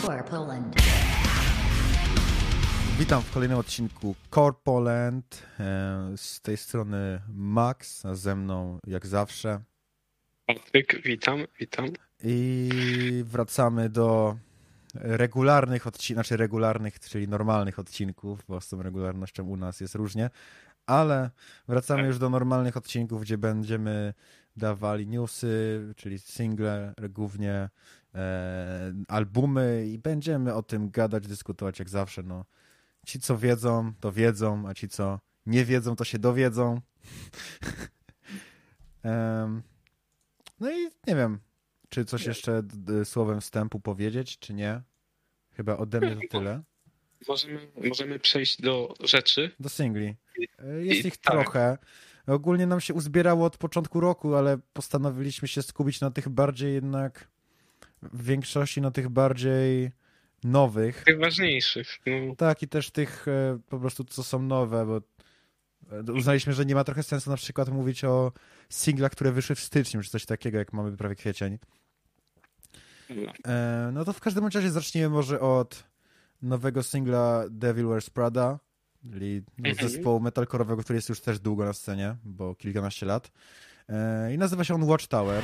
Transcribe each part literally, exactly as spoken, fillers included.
Core Poland. Witam w kolejnym odcinku Core Poland. Z tej strony Max, a ze mną jak zawsze Patryk, witam, witam. I wracamy do regularnych odcinków, znaczy regularnych, czyli normalnych odcinków, bo z tą regularnością u nas jest różnie, ale wracamy już do normalnych odcinków, gdzie będziemy dawali newsy, czyli single, głównie e, albumy i będziemy o tym gadać, dyskutować jak zawsze. No. Ci, co wiedzą, to wiedzą, a ci, co nie wiedzą, to się dowiedzą. um, no i nie wiem, czy coś jeszcze d- słowem wstępu powiedzieć, czy nie. Chyba ode mnie to tyle. Możemy, możemy przejść do rzeczy. Do singli. Jest I, ich tak. trochę. Ogólnie nam się uzbierało od początku roku, ale postanowiliśmy się skupić na tych bardziej jednak, w większości na tych bardziej nowych. Tych ważniejszych. No. Tak, i też tych e, po prostu, co są nowe, bo e, uznaliśmy, że nie ma trochę sensu na przykład mówić o singlach, które wyszły w styczniu, czy coś takiego, jak mamy prawie kwiecień. E, no to w każdym razie zacznijmy może od nowego singla Devil Wears Prada, czyli no, Mhm. zespołu metalcore'owego, który jest już też długo na scenie, bo kilkanaście lat. E, I nazywa się on Watchtower.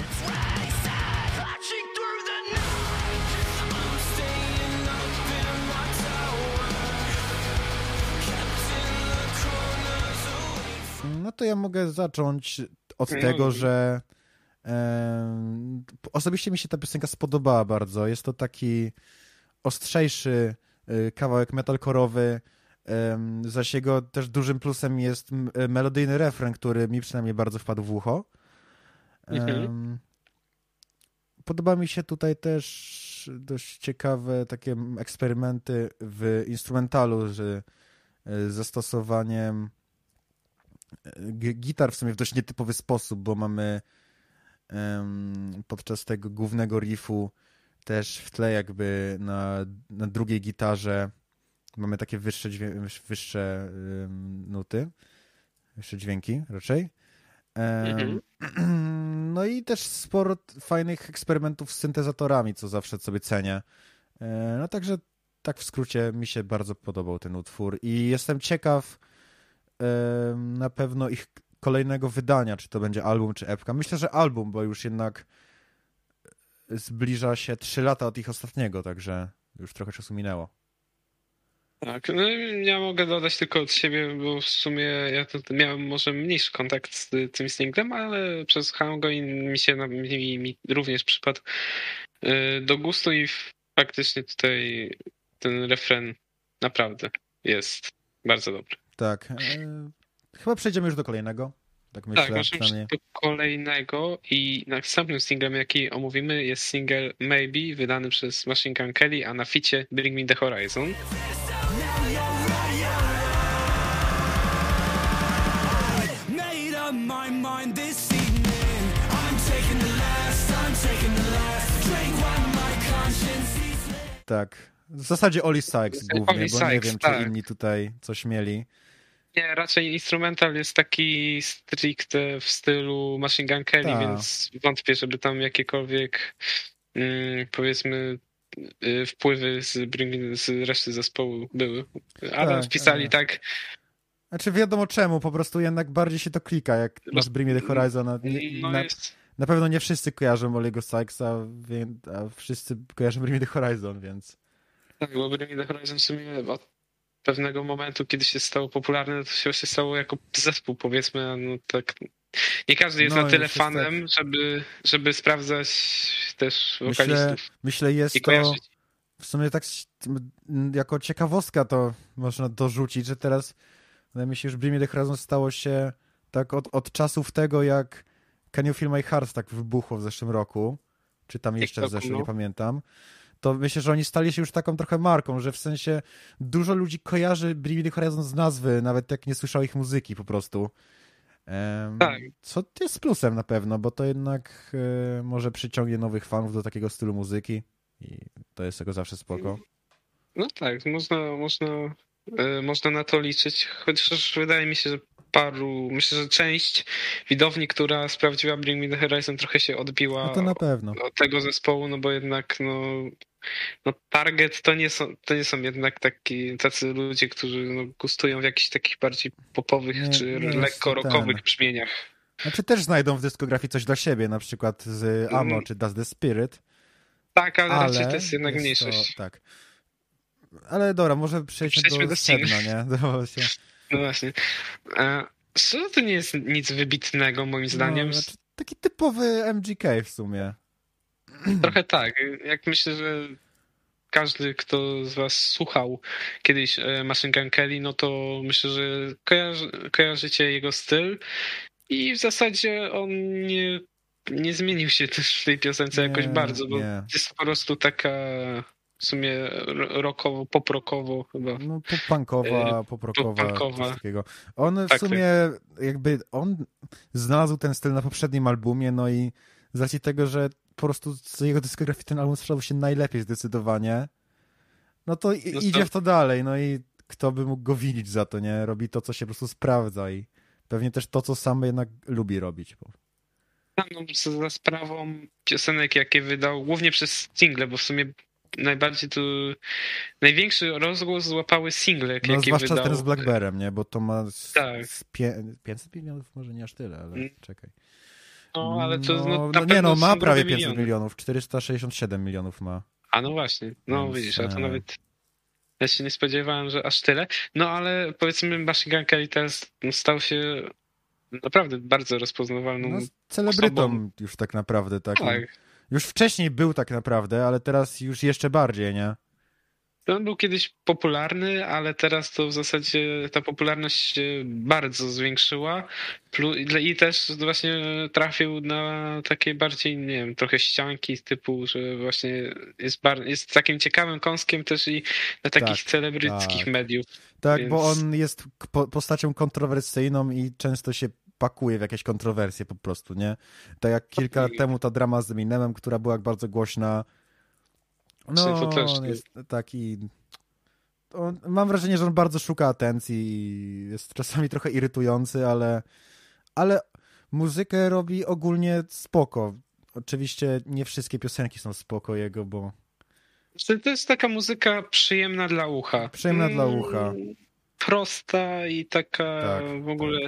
No to ja mogę zacząć od No. tego, że e, osobiście mi się ta piosenka spodobała bardzo. Jest to taki ostrzejszy e, kawałek metalcore'owy. E, zaś jego też dużym plusem jest m- melodyjny refren, który mi przynajmniej bardzo wpadł w ucho. E, Mhm. Podoba mi się tutaj też dość ciekawe takie eksperymenty w instrumentalu, że z zastosowaniem g- gitar w sumie w dość nietypowy sposób, bo mamy em, podczas tego głównego riffu też w tle jakby na, na drugiej gitarze mamy takie wyższe, dźwię- wyższe em, nuty, wyższe dźwięki raczej. Em, Mhm. no i też sporo t- fajnych eksperymentów z syntezatorami, co zawsze sobie cenię. E, No także tak w skrócie mi się bardzo podobał ten utwór i jestem ciekaw em, na pewno ich kolejnego wydania, czy to będzie album, czy epka. Myślę, że album, bo już jednak zbliża się trzy lata od ich ostatniego, także już trochę czasu minęło. Tak, no ja mogę dodać tylko od siebie, bo w sumie ja to miałem może mniejszy kontakt z tym singlem, ale przesłuchałem go i mi się na- mi, mi również przypadł y, do gustu i faktycznie tutaj ten refren naprawdę jest bardzo dobry. Tak. E, chyba przejdziemy już do kolejnego. Tak myślę. Tak, możemy przynajmniej. przejść do kolejnego i następnym singlem, jaki omówimy, jest single Maybe, wydany przez Machine Gun Kelly, a na ficie Bring Me The Horizon. Made up my mind this evening. I'm taking the last, I'm taking the last drink while my conscience is lit. Tak. W zasadzie Oli Sykes głównie, Oli bo nie Sykes, wiem, czy tak. inni tutaj coś mieli. Nie, raczej instrumental jest taki stricte w stylu Machine Gun Kelly, Ta. więc wątpię, żeby tam jakiekolwiek mm, powiedzmy y, wpływy z, Bring Me- z reszty zespołu były. Ale Tak, wpisali ale- tak. Znaczy wiadomo czemu, po prostu jednak bardziej się to klika, jak masz Bring Me The Horizon. A nie, No na, jest. na pewno nie wszyscy kojarzą Oliego Sykesa, wie- a wszyscy kojarzą Bring Me The Horizon, więc... Tak, bo Bring Me The Horizon w sumie od pewnego momentu, kiedy się stało popularne, to się się stało jako zespół, powiedzmy, a no tak. Nie każdy jest No, na tyle już jest fanem, żeby, żeby sprawdzać też Myślę, wokalistów myślę jest i to kojarzyć. w sumie tak s- m, jako ciekawostka to można dorzucić, że teraz wydaje mi się, że Bring Me The Horizon stało się tak od, od czasów tego, jak Can You Feel My Heart tak wybuchło w zeszłym roku, czy tam jeszcze w TikToku, zeszłym, no. nie pamiętam, to myślę, że oni stali się już taką trochę marką, że w sensie dużo ludzi kojarzy Bring Me The Horizon z nazwy, nawet jak nie słyszał ich muzyki po prostu. Em, Tak. Co jest plusem na pewno, bo to jednak e, może przyciągnie nowych fanów do takiego stylu muzyki i to jest tego zawsze spoko. No tak, można, można, e, można na to liczyć, chociaż wydaje mi się, że paru, myślę, że część widowni, która sprawdziła Bring Me The Horizon, trochę się odbiła No to na pewno. od tego zespołu, no bo jednak no no target to nie są, to nie są jednak taki, tacy ludzie, którzy no, gustują w jakichś takich bardziej popowych Nie- czy nie jest lekko to rockowych ten. brzmieniach. Znaczy też znajdą w dyskografii coś dla siebie, na przykład z Amo czy Does the Spirit, Tak, ale, ale raczej to jest jednak jest mniejszość. To, tak. Ale dobra, może przejdźmy, Przejdźmy do do sedna, singla. nie? Do się, No właśnie. E, Szczerze to nie jest nic wybitnego moim zdaniem. no, znaczy, taki typowy M G K w sumie. Trochę tak. Jak myślę, że każdy, kto z was słuchał kiedyś e, Machine Gun Kelly, no to myślę, że kojarzy, kojarzycie jego styl i w zasadzie on nie, nie zmienił się też w tej piosence Nie, jakoś bardzo, bo nie. jest po prostu taka w sumie rockowo, pop-rockowo chyba. No pop-punkowa, pop-rockowa, pop-punkowa. coś takiego. On w Tak, sumie jakby, on znalazł ten styl na poprzednim albumie, no i z racji tego, że po prostu z jego dyskografii ten album sprzedał się najlepiej zdecydowanie, no to i, No idzie to- w to dalej, no i kto by mógł go winić za to, nie? Robi to, co się po prostu sprawdza i pewnie też to, co sam jednak lubi robić. Bo... Tam, no, za za sprawą piosenek, jakie wydał, głównie przez single, bo w sumie najbardziej tu największy rozgłos złapały single, No jakie zwłaszcza wydał. ten z Blackberem, nie? Bo to ma z, Tak. z pię... pięćset milionów, może nie aż tyle, ale Mm. czekaj. No, ale to no, no, na no nie, pewno no ma są prawie grube pięćset miliony. milionów, czterysta sześćdziesiąt siedem milionów ma. A no właśnie, no Więc, widzisz, a to e, nawet ja się nie spodziewałem, że aż tyle. No ale powiedzmy Machine Gun Kelly teraz no, stał się naprawdę bardzo rozpoznawalną. No, z celebrytą osobą. już tak naprawdę, tak. Tak. Już wcześniej był tak naprawdę, ale teraz już jeszcze bardziej, nie? On był kiedyś popularny, ale teraz to w zasadzie ta popularność się bardzo zwiększyła. Plu- I też właśnie trafił na takie bardziej, nie wiem, trochę ścianki typu, że właśnie jest, bar- jest takim ciekawym kąskiem też i na takich Tak, celebryckich tak. mediów. Tak, Więc- bo on jest k- po- postacią kontrowersyjną i często się pakuje w jakieś kontrowersje po prostu, nie? Tak jak kilka lat temu ta drama z Eminemem, która była bardzo głośna. No, to też on jest taki... On, mam wrażenie, że on bardzo szuka atencji i jest czasami trochę irytujący, ale, ale muzykę robi ogólnie spoko. Oczywiście nie wszystkie piosenki są spoko jego, bo To to jest taka muzyka przyjemna dla ucha. Przyjemna dla Mm, ucha. Prosta i taka Tak, w ogóle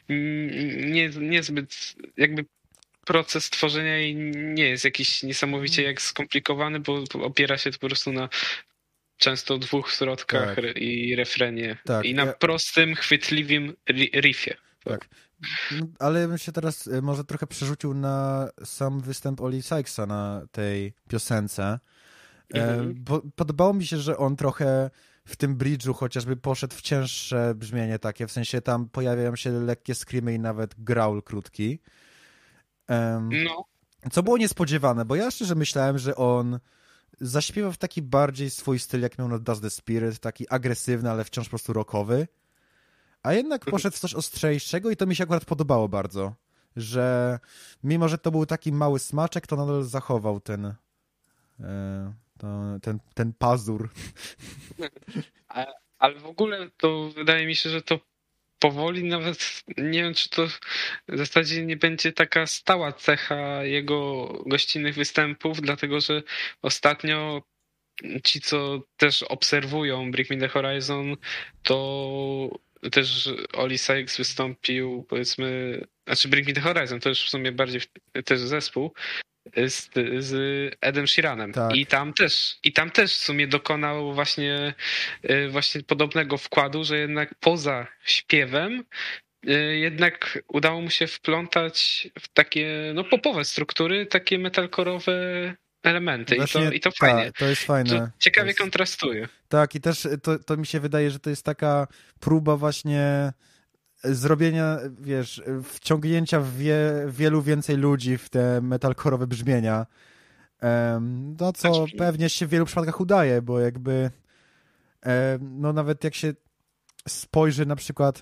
mm, nie, niezbyt jakby proces tworzenia jej nie jest jakiś niesamowicie jak skomplikowany, bo opiera się to po prostu na często dwóch zwrotkach Tak. re- i refrenie. Tak, I na ja- prostym, chwytliwym ri- riffie. tak. No, ale bym się teraz y, może trochę przerzucił na sam występ Oli Sykesa na tej piosence. E, Mhm. bo podobało mi się, że on trochę w tym bridge'u chociażby poszedł w cięższe brzmienie takie, w sensie tam pojawiają się lekkie screamy i nawet growl krótki. Em, No, Co było niespodziewane, bo ja szczerze myślałem, że on zaśpiewał w taki bardziej swój styl, jak miał na Does the Spirit, taki agresywny, ale wciąż po prostu rockowy. A jednak poszedł w coś ostrzejszego i to mi się akurat podobało bardzo, że mimo, że to był taki mały smaczek, to nadal zachował ten e, to, ten, ten pazur. ale w ogóle to wydaje mi się, że to powoli nawet, nie wiem czy to w zasadzie nie będzie taka stała cecha jego gościnnych występów, dlatego że ostatnio ci, co też obserwują Bring Me The Horizon, to też Oli Sykes wystąpił, powiedzmy, znaczy Bring Me The Horizon, to już w sumie bardziej też zespół, z, z Edem Sheeranem. Tak. I tam też, i tam też w sumie dokonał właśnie, y, właśnie podobnego wkładu, że jednak poza śpiewem y, jednak udało mu się wplątać w takie no, popowe struktury, takie metalkorowe elementy. Właśnie, I to, i to ta, fajnie. to jest To fajne. ciekawie To jest, kontrastuje. tak, i też to, to mi się wydaje, że to jest taka próba właśnie zrobienia, wiesz, wciągnięcia w wie, wielu więcej ludzi w te metalkorowe brzmienia. Um, no co Znaczy- pewnie się w wielu przypadkach udaje, bo jakby um, no nawet jak się spojrzy na przykład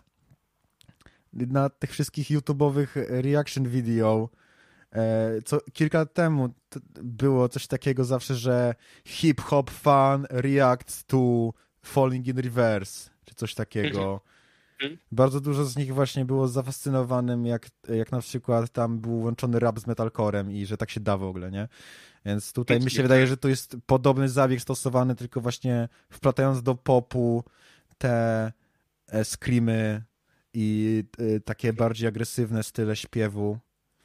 na tych wszystkich YouTube'owych reaction video, e, co kilka lat temu t- było coś takiego zawsze, że hip-hop fan reacts to Falling in Reverse, czy coś takiego. Mhm. bardzo dużo z nich właśnie było zafascynowanym, jak, jak na przykład tam był łączony rap z metalcorem i że tak się da w ogóle, nie? Więc tutaj mi się wydaje, że tu jest podobny zabieg stosowany, tylko właśnie wplatając do popu te e, screamy i e, takie bardziej agresywne style śpiewu.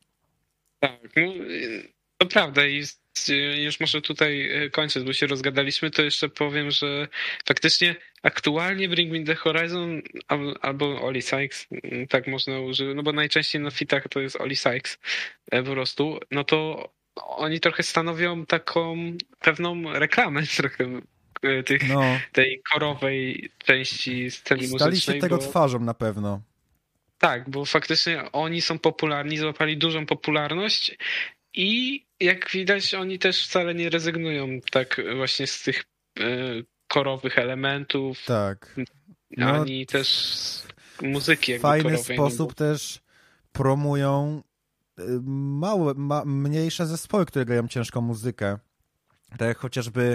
Tak, no to prawda i już może tutaj kończąc, bo się rozgadaliśmy, to jeszcze powiem, że faktycznie aktualnie Bring Me The Horizon albo Oli Sykes, tak można użyć, no bo najczęściej na fitach to jest Oli Sykes po prostu, no to oni trochę stanowią taką pewną reklamę trochę tych, No, tej korowej części sceny stali muzycznej. się tego bo... twarzą na pewno. Tak, bo faktycznie oni są popularni, złapali dużą popularność i jak widać oni też wcale nie rezygnują tak właśnie z tych y, korowych elementów, Tak. No, ani też z muzyki jakby fajny korowej. sposób no bo... też promują małe, ma, mniejsze zespoły, które grają ciężką muzykę. Tak jak chociażby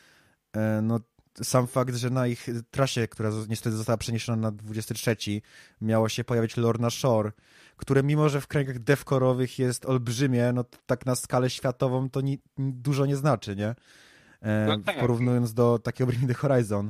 no, sam fakt, że na ich trasie, która niestety została przeniesiona na dwudziesty trzeci, miało się pojawić Lorna Shore, które mimo, że w kręgach devkorowych jest olbrzymie, no tak na skalę światową to ni, dużo nie znaczy, nie? E, No tak. Porównując do takiego Bring Me The Horizon.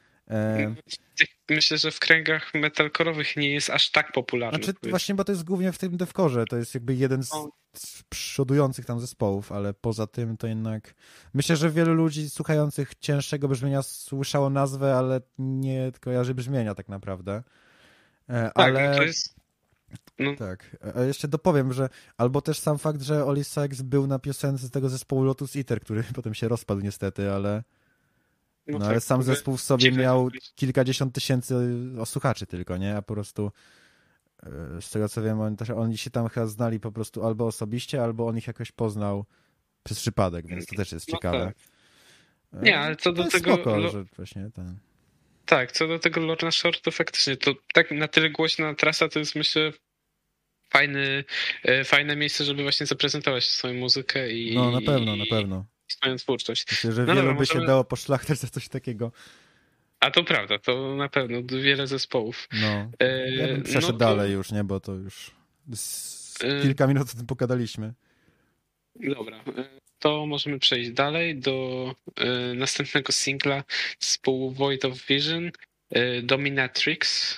E, Myślę, że w kręgach metalkorowych nie jest aż tak popularny. Znaczy właśnie, bo to jest głównie w tym devkorze, to jest jakby jeden z, z przodujących tam zespołów, ale poza tym to jednak myślę, że wielu ludzi słuchających cięższego brzmienia słyszało nazwę, ale nie kojarzy brzmienia tak naprawdę. E, tak, ale... no to jest... No. Tak, a jeszcze dopowiem, że albo też sam fakt, że Oli Sykes był na piosence z tego zespołu Lotus Eater, który potem się rozpadł niestety, ale no, no tak, ale sam zespół w sobie miał kilkadziesiąt tysięcy słuchaczy tylko, nie? A po prostu z tego co wiem, oni, też, oni się tam chyba znali po prostu albo osobiście, albo on ich jakoś poznał przez przypadek, więc to też jest no ciekawe. Tak. Nie, ale co to do jest tego... Spoko, że właśnie ten... Tak, co do tego Lorna Shore, to faktycznie to tak na tyle głośna trasa to jest myślę fajny, fajne miejsce, żeby właśnie zaprezentować swoją muzykę i no na pewno, na pewno. swoją twórczość. Myślę, że no wielu dobra, by możemy... się dało poszlachtać za coś takiego. A to prawda, to na pewno wiele zespołów. No, ja bym przeszedł no to... dalej już, nie, bo to już z... kilka minut o tym pogadaliśmy. Dobra, to możemy przejść dalej do y, następnego singla zespołu Void of Vision, y, Dominatrix.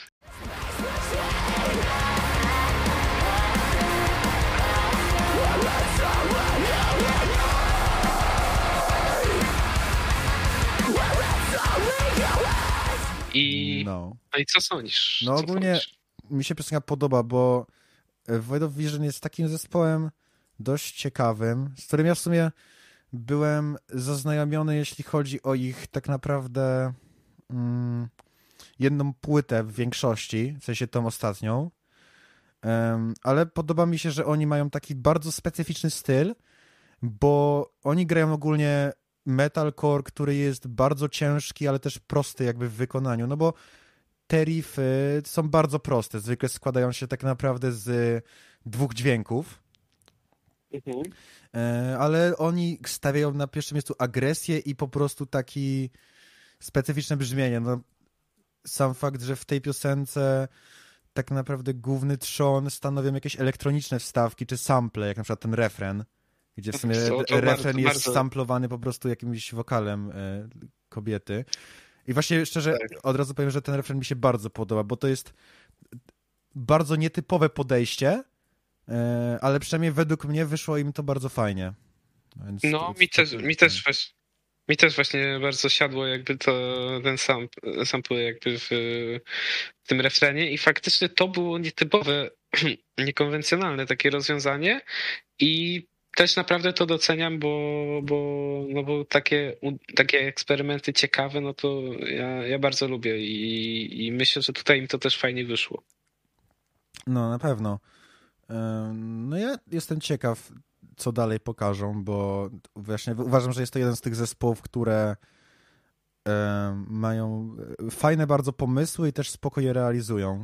I, no. no i co sądzisz? No co ogólnie sądzisz? mi się piosenka podoba, bo Void of Vision jest takim zespołem dość ciekawym, z którym ja w sumie byłem zaznajomiony, jeśli chodzi o ich tak naprawdę mm, jedną płytę w większości, w sensie tą ostatnią, um, ale podoba mi się, że oni mają taki bardzo specyficzny styl, bo oni grają ogólnie metalcore, który jest bardzo ciężki, ale też prosty jakby w wykonaniu, no bo te riffy są bardzo proste, zwykle składają się tak naprawdę z dwóch dźwięków, mhm. ale oni stawiają na pierwszym miejscu agresję i po prostu taki specyficzne brzmienie. No, sam fakt, że w tej piosence tak naprawdę główny trzon stanowią jakieś elektroniczne wstawki czy sample, jak na przykład ten refren, gdzie w sumie to, to refren bardzo, jest bardzo... samplowany po prostu jakimś wokalem e, kobiety. I właśnie szczerze tak. od razu powiem, że ten refren mi się bardzo podoba, bo to jest bardzo nietypowe podejście, e, ale przynajmniej według mnie wyszło im to bardzo fajnie. Więc no, to, mi, to, też, to, mi, też właśnie, mi też właśnie bardzo siadło jakby to, ten sam, sample jakby w, w tym refrenie i faktycznie to było nietypowe, niekonwencjonalne takie rozwiązanie i też naprawdę to doceniam, bo, bo, no bo takie, takie eksperymenty ciekawe, no to ja, ja bardzo lubię i, i myślę, że tutaj im to też fajnie wyszło. No, na pewno. No ja jestem ciekaw, co dalej pokażą, bo właśnie uważam, że jest to jeden z tych zespołów, które mają fajne bardzo pomysły i też spoko je realizują.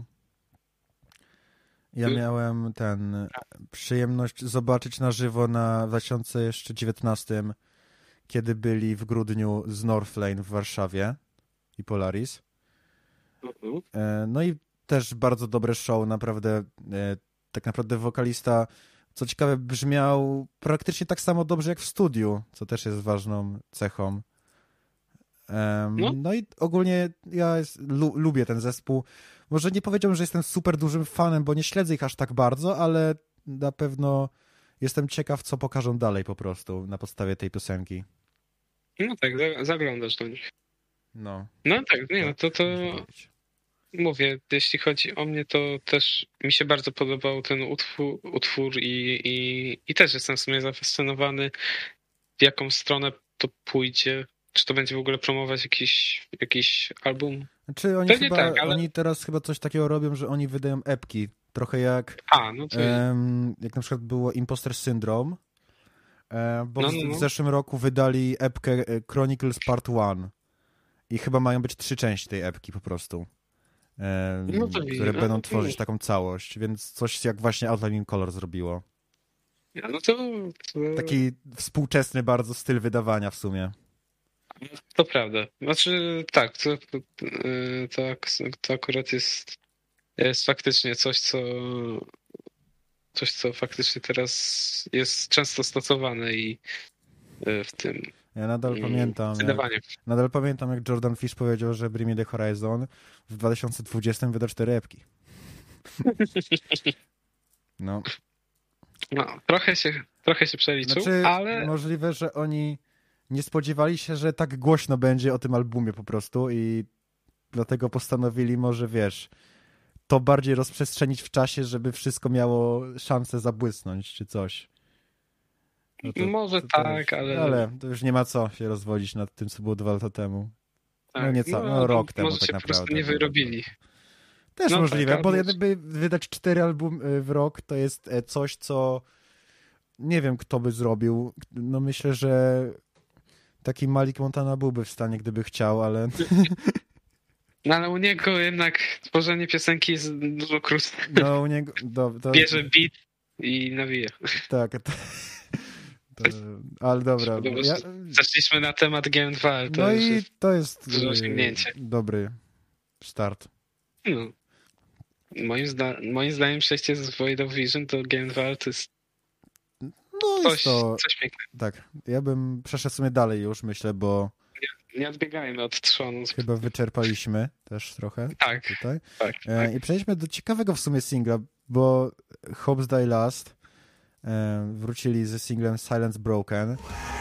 Ja miałem ten przyjemność zobaczyć na żywo na dwa tysiące dziewiętnastym, kiedy byli w grudniu z Northlane w Warszawie i Polaris. No i też bardzo dobre show, naprawdę. E, tak naprawdę wokalista, co ciekawe, brzmiał praktycznie tak samo dobrze jak w studiu, co też jest ważną cechą. Um, no. no i ogólnie ja jest, lu, lubię ten zespół. Może nie powiedziałbym, że jestem super dużym fanem, bo nie śledzę ich aż tak bardzo, ale na pewno jestem ciekaw, co pokażą dalej po prostu na podstawie tej piosenki. No tak, zaglądasz do nich. No. No tak, nie, no to to mówię, jeśli chodzi o mnie, to też mi się bardzo podobał ten utwór, utwór i, i, i też jestem w sumie zafascynowany, w jaką stronę to pójdzie. Czy to będzie w ogóle promować jakiś, jakiś album? Znaczy oni, chyba, tak, ale... oni teraz chyba coś takiego robią, że oni wydają epki. Trochę jak A, no to um, jak na przykład było Imposter Syndrome, um, bo no, w, no, no. w zeszłym roku wydali epkę Chronicles Part One i chyba mają być trzy części tej epki po prostu, um, no to które no, będą no, tworzyć no. taką całość, więc coś jak właśnie Outline in Color zrobiło. No to, to... Taki współczesny bardzo styl wydawania w sumie. To prawda. Znaczy tak, to, to, to, to akurat jest, jest faktycznie coś, co coś, co faktycznie teraz jest często stosowane i w tym Ja nadal pamiętam, jak, nadal pamiętam, jak Jordan Fish powiedział, że Bring Me The Horizon w dwa tysiące dwudziestym wyda cztery epki. No. No, trochę się, trochę się przeliczył, znaczy, ale... możliwe, że oni nie spodziewali się, że tak głośno będzie o tym albumie po prostu i dlatego postanowili może, wiesz, to bardziej rozprzestrzenić w czasie, żeby wszystko miało szansę zabłysnąć, czy coś. No to, może to, to tak, już, ale... Ale to już nie ma co się rozwodzić nad tym, co było dwa lata temu. Tak, no nieco, no, no rok temu może tak się naprawdę. Po prostu nie wyrobili. Też no możliwe, tak, bo ale... gdyby wydać cztery albumy w rok, to jest coś, co nie wiem, kto by zrobił. No myślę, że taki Malik Montana byłby w stanie, gdyby chciał, ale... No ale u niego jednak tworzenie piosenki jest dużo krótsze. No u niego... Do, to... Bierze beat i nawija. Tak, to... To... ale dobra. Ja... Zeszliśmy na temat G M dwa. To no jest i to jest duże osiągnięcie. Dobry start. No. Moim, zda... Moim zdaniem przejście z Void of Vision do G M dwa to jest no coś, jest to... coś pięknego. Tak, ja bym przeszedł sobie dalej już, myślę, bo nie, nie odbiegajmy od trzonu. Chyba wyczerpaliśmy też trochę tak, tutaj. Tak, e, tak. I przejdźmy do ciekawego w sumie singla, bo Hopes Die Last e, wrócili ze singlem Silence Broken.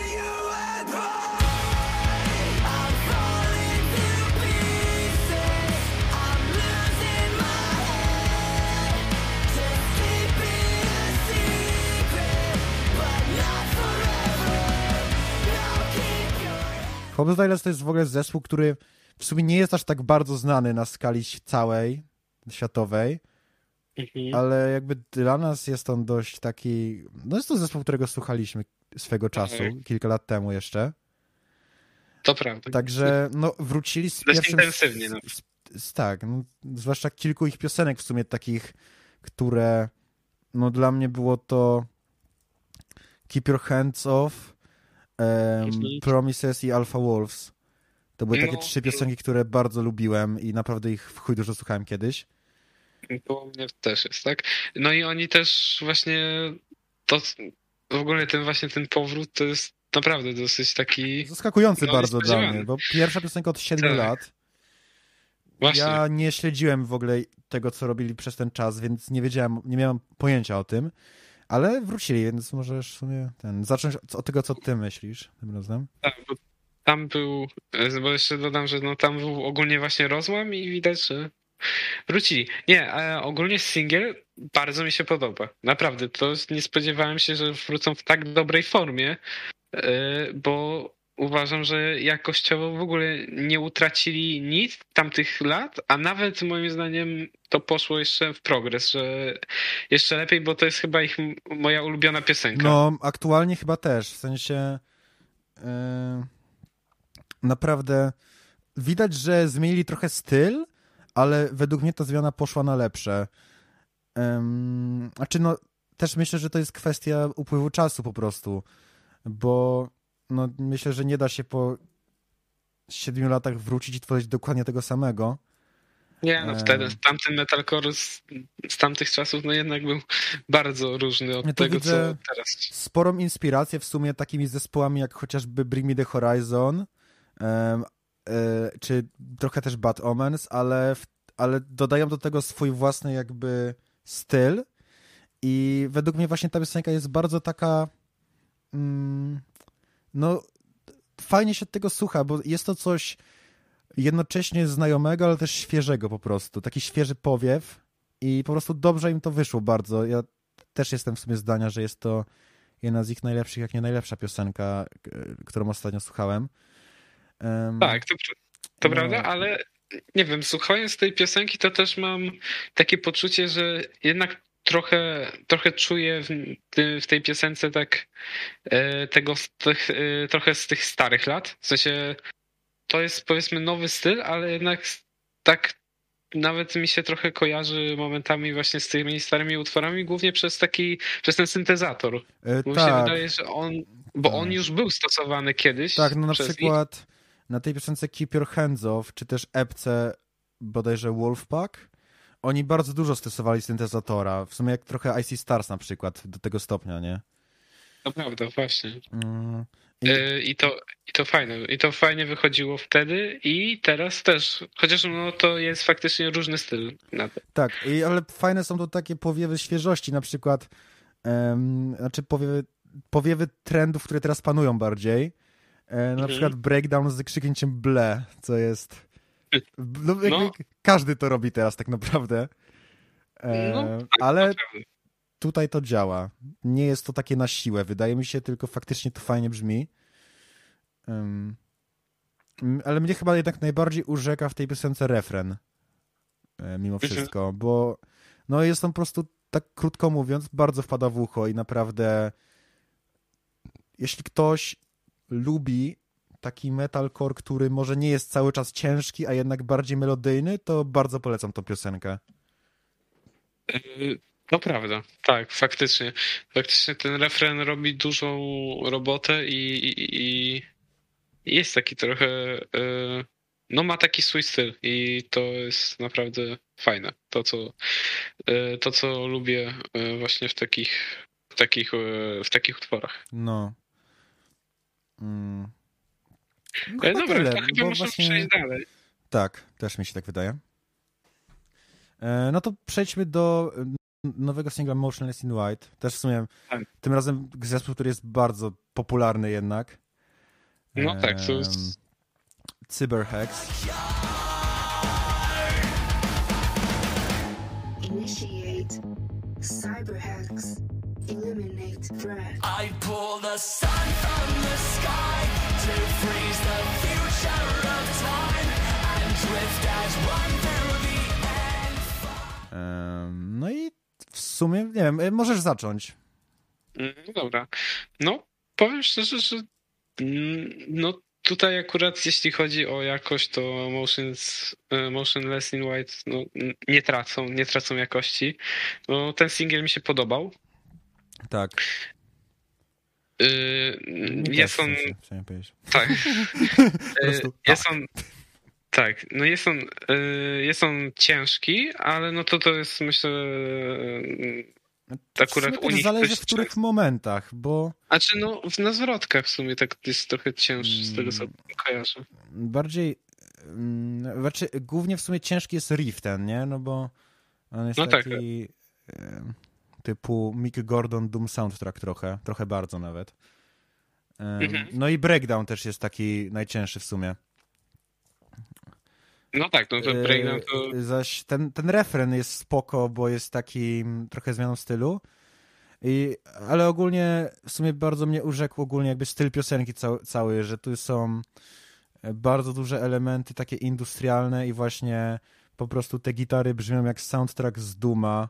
Hopes Die Last to jest w ogóle zespół, który w sumie nie jest aż tak bardzo znany na skali całej, światowej, mhm. ale jakby dla nas jest on dość taki... No jest to zespół, którego słuchaliśmy swego czasu, mhm. kilka lat temu jeszcze. To prawda. Także no wrócili z dość pierwszym... intensywnie. No. Z, z, tak, no, zwłaszcza kilku ich piosenek w sumie takich, które no dla mnie było to Keep Your Hands Off, Um, mhm. Promises i Alpha Wolves. To były takie no, trzy piosenki, które bardzo lubiłem i naprawdę ich w chuj dużo słuchałem kiedyś. To u mnie też jest, tak? No i oni też właśnie to w ogóle ten właśnie ten powrót to jest naprawdę dosyć taki... Zaskakujący no, bardzo dla mnie, bo pierwsza piosenka od siedmiu tak. lat. Właśnie. Ja nie śledziłem w ogóle tego, co robili przez ten czas, więc nie wiedziałem, nie miałem pojęcia o tym. Ale wrócili, więc możesz w sumie ten, zacząć od tego, co ty myślisz tym razem. Tak, bo tam był, bo jeszcze dodam, że no tam był ogólnie właśnie rozłam i widać, że wrócili. Nie, a ogólnie singiel bardzo mi się podoba. Naprawdę, to nie spodziewałem się, że wrócą w tak dobrej formie, bo uważam, że jakościowo w ogóle nie utracili nic tamtych lat, a nawet moim zdaniem to poszło jeszcze w progres, że jeszcze lepiej, bo to jest chyba ich moja ulubiona piosenka. No, aktualnie chyba też, w sensie yy, naprawdę widać, że zmienili trochę styl, ale według mnie ta zmiana poszła na lepsze. Yy, znaczy no, też myślę, że to jest kwestia upływu czasu po prostu, bo no myślę, że nie da się po siedmiu latach wrócić i tworzyć dokładnie tego samego. Nie, no wtedy tamten metalcore z, z tamtych czasów no jednak był bardzo różny od Ja tego, widzę co teraz. sporą inspirację w sumie takimi zespołami jak chociażby Bring Me The Horizon, um, e, czy trochę też Bad Omens, ale, w, ale dodają do tego swój własny jakby styl i według mnie właśnie ta piosenka jest bardzo taka mm, no fajnie się tego słucha, bo jest to coś jednocześnie znajomego, ale też świeżego po prostu. Taki świeży powiew i po prostu dobrze im to wyszło bardzo. Ja też jestem w sumie zdania, że jest to jedna z ich najlepszych, jak nie najlepsza piosenka, którą ostatnio słuchałem. Um, tak, to, to no. prawda, ale nie wiem, słuchając tej piosenki, to też mam takie poczucie, że jednak trochę, trochę czuję w, w tej piosence tak e, tego z tych, e, trochę z tych starych lat. W sensie to jest powiedzmy nowy styl, ale jednak tak nawet mi się trochę kojarzy momentami właśnie z tymi starymi utworami, głównie przez taki, przez ten syntezator. E, Bo tak. mi się wydaje, że on, bo tak. on już był stosowany kiedyś. Tak, no na przez przykład ich. na tej piosence Keep Your Hands Off, czy też epce bodajże Wolfpack, oni bardzo dużo stosowali syntezatora. W sumie jak trochę I C Stars na przykład, do tego stopnia, nie? To prawda, właśnie. Mm. I... I, to, I to fajne. I to fajnie wychodziło wtedy i teraz też. Chociaż no to jest faktycznie różny styl na to. Tak, i, ale fajne są to takie powiewy świeżości, na przykład um, znaczy powiewy, powiewy trendów, które teraz panują bardziej. E, na mhm. przykład breakdown z krzyknięciem ble, co jest... No, jakby no. Każdy to robi teraz tak naprawdę. E, no, tak, ale naprawdę. tutaj to działa. Nie jest to takie na siłę, wydaje mi się, tylko faktycznie to fajnie brzmi. Um, ale mnie chyba jednak najbardziej urzeka w tej piosence refren. E, mimo wszystko, mhm. bo no jest on po prostu, tak krótko mówiąc, bardzo wpada w ucho i naprawdę jeśli ktoś lubi taki metalcore, który może nie jest cały czas ciężki, a jednak bardziej melodyjny, to bardzo polecam tą piosenkę. To prawda, tak, faktycznie. Faktycznie ten refren robi dużą robotę i, i, i jest taki trochę, no ma taki swój styl i to jest naprawdę fajne. To, co, to, co lubię właśnie w takich, w takich, w takich utworach. No. Mm. No dobra, tyle, to chyba możemy właśnie... przejść dalej. Tak, też mi się tak wydaje. E, no to przejdźmy do nowego singla Motionless in White. Też w sumie tak. Tym razem zespół, który jest bardzo popularny jednak. No tak, to jest... Cyberhex. Initiate Cyberhex. Eliminate threat. I pull the sun from the sky to freeze the future of time and drift as one through the end. Um, no i w sumie, nie wiem, możesz zacząć. No dobra. No, powiem szczerze, że no tutaj akurat jeśli chodzi o jakość, to Motions, Motionless in White no, nie tracą, nie tracą jakości. No, ten singiel mi się podobał. Tak. Yy, jest on... Sensie, tak. yy, jest on... Tak, no jest on, yy, jest on ciężki, ale no to to jest myślę... Yy, akurat u nich zależy w których często. momentach, bo... Znaczy no na zwrotkach w sumie tak jest trochę cięższy z tego, co kojarzę. Bardziej... Mm, znaczy, głównie w sumie ciężki jest riff ten, nie? No bo on jest no taki... Tak. Typu Mick Gordon Doom Soundtrack trochę, trochę bardzo nawet. Um, mhm. No i breakdown też jest taki najcięższy w sumie. No tak, no to breakdown to... Zaś ten, ten refren jest spoko, bo jest taki trochę zmianą stylu. I, ale ogólnie w sumie bardzo mnie urzekł ogólnie jakby styl piosenki cały, cały, że tu są bardzo duże elementy takie industrialne i właśnie po prostu te gitary brzmią jak soundtrack z Dooma,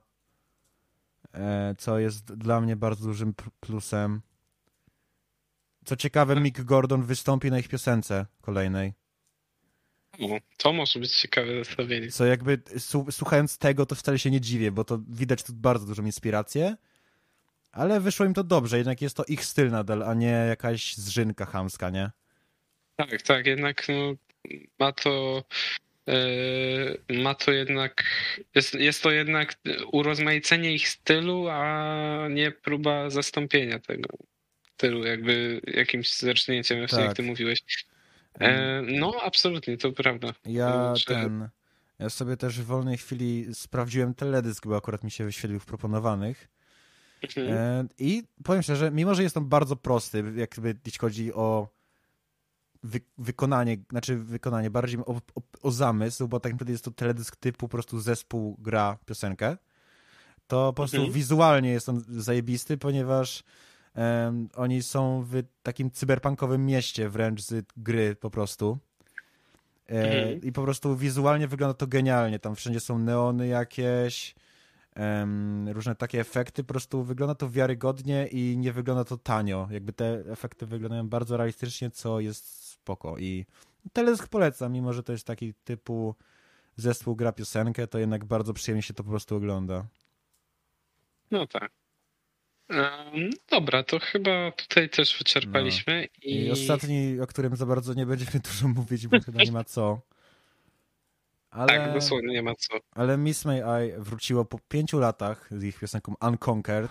co jest dla mnie bardzo dużym plusem. Co ciekawe, Mick Gordon wystąpi na ich piosence kolejnej. No, to może być ciekawe zestawienie. Co jakby słuchając tego, to wcale się nie dziwię, bo to widać tu bardzo dużą inspirację, ale wyszło im to dobrze, jednak jest to ich styl nadal, a nie jakaś zżynka chamska, nie? Tak, tak, jednak no, ma to Yy, ma to jednak, jest, jest to jednak urozmaicenie ich stylu, a nie próba zastąpienia tego stylu, jakby jakimś zercznięciem, właśnie jak Tak. ty mówiłeś. Yy, no, absolutnie, to prawda. Ja Że- ten... Ja sobie też w wolnej chwili sprawdziłem teledysk, bo akurat mi się wyświetlił w proponowanych. Mhm. E, I powiem szczerze, mimo że jest on bardzo prosty, jakby jeśli chodzi o wy, wykonanie, znaczy wykonanie, bardziej o, o, o zamysł, bo tak naprawdę jest to teledysk typu po prostu zespół gra piosenkę, to po prostu Mhm. wizualnie jest on zajebisty, ponieważ em, oni są w takim cyberpunkowym mieście wręcz z gry po prostu. E, Mhm. I po prostu wizualnie wygląda to genialnie. Tam wszędzie są neony jakieś, em, różne takie efekty. Po prostu wygląda to wiarygodnie i nie wygląda to tanio. Jakby te efekty wyglądają bardzo realistycznie, co jest spoko. I teledysk polecam, mimo że to jest taki typu zespół gra piosenkę, to jednak bardzo przyjemnie się to po prostu ogląda. No tak. Em, Dobra, to chyba tutaj też wyczerpaliśmy. I, I, ostatni, o którym za bardzo nie będziemy dużo mówić, bo chyba nie ma co. Ale... Tak, dosłownie nie ma co. Ale Miss May I wróciło po pięciu latach z ich piosenką Unconquered.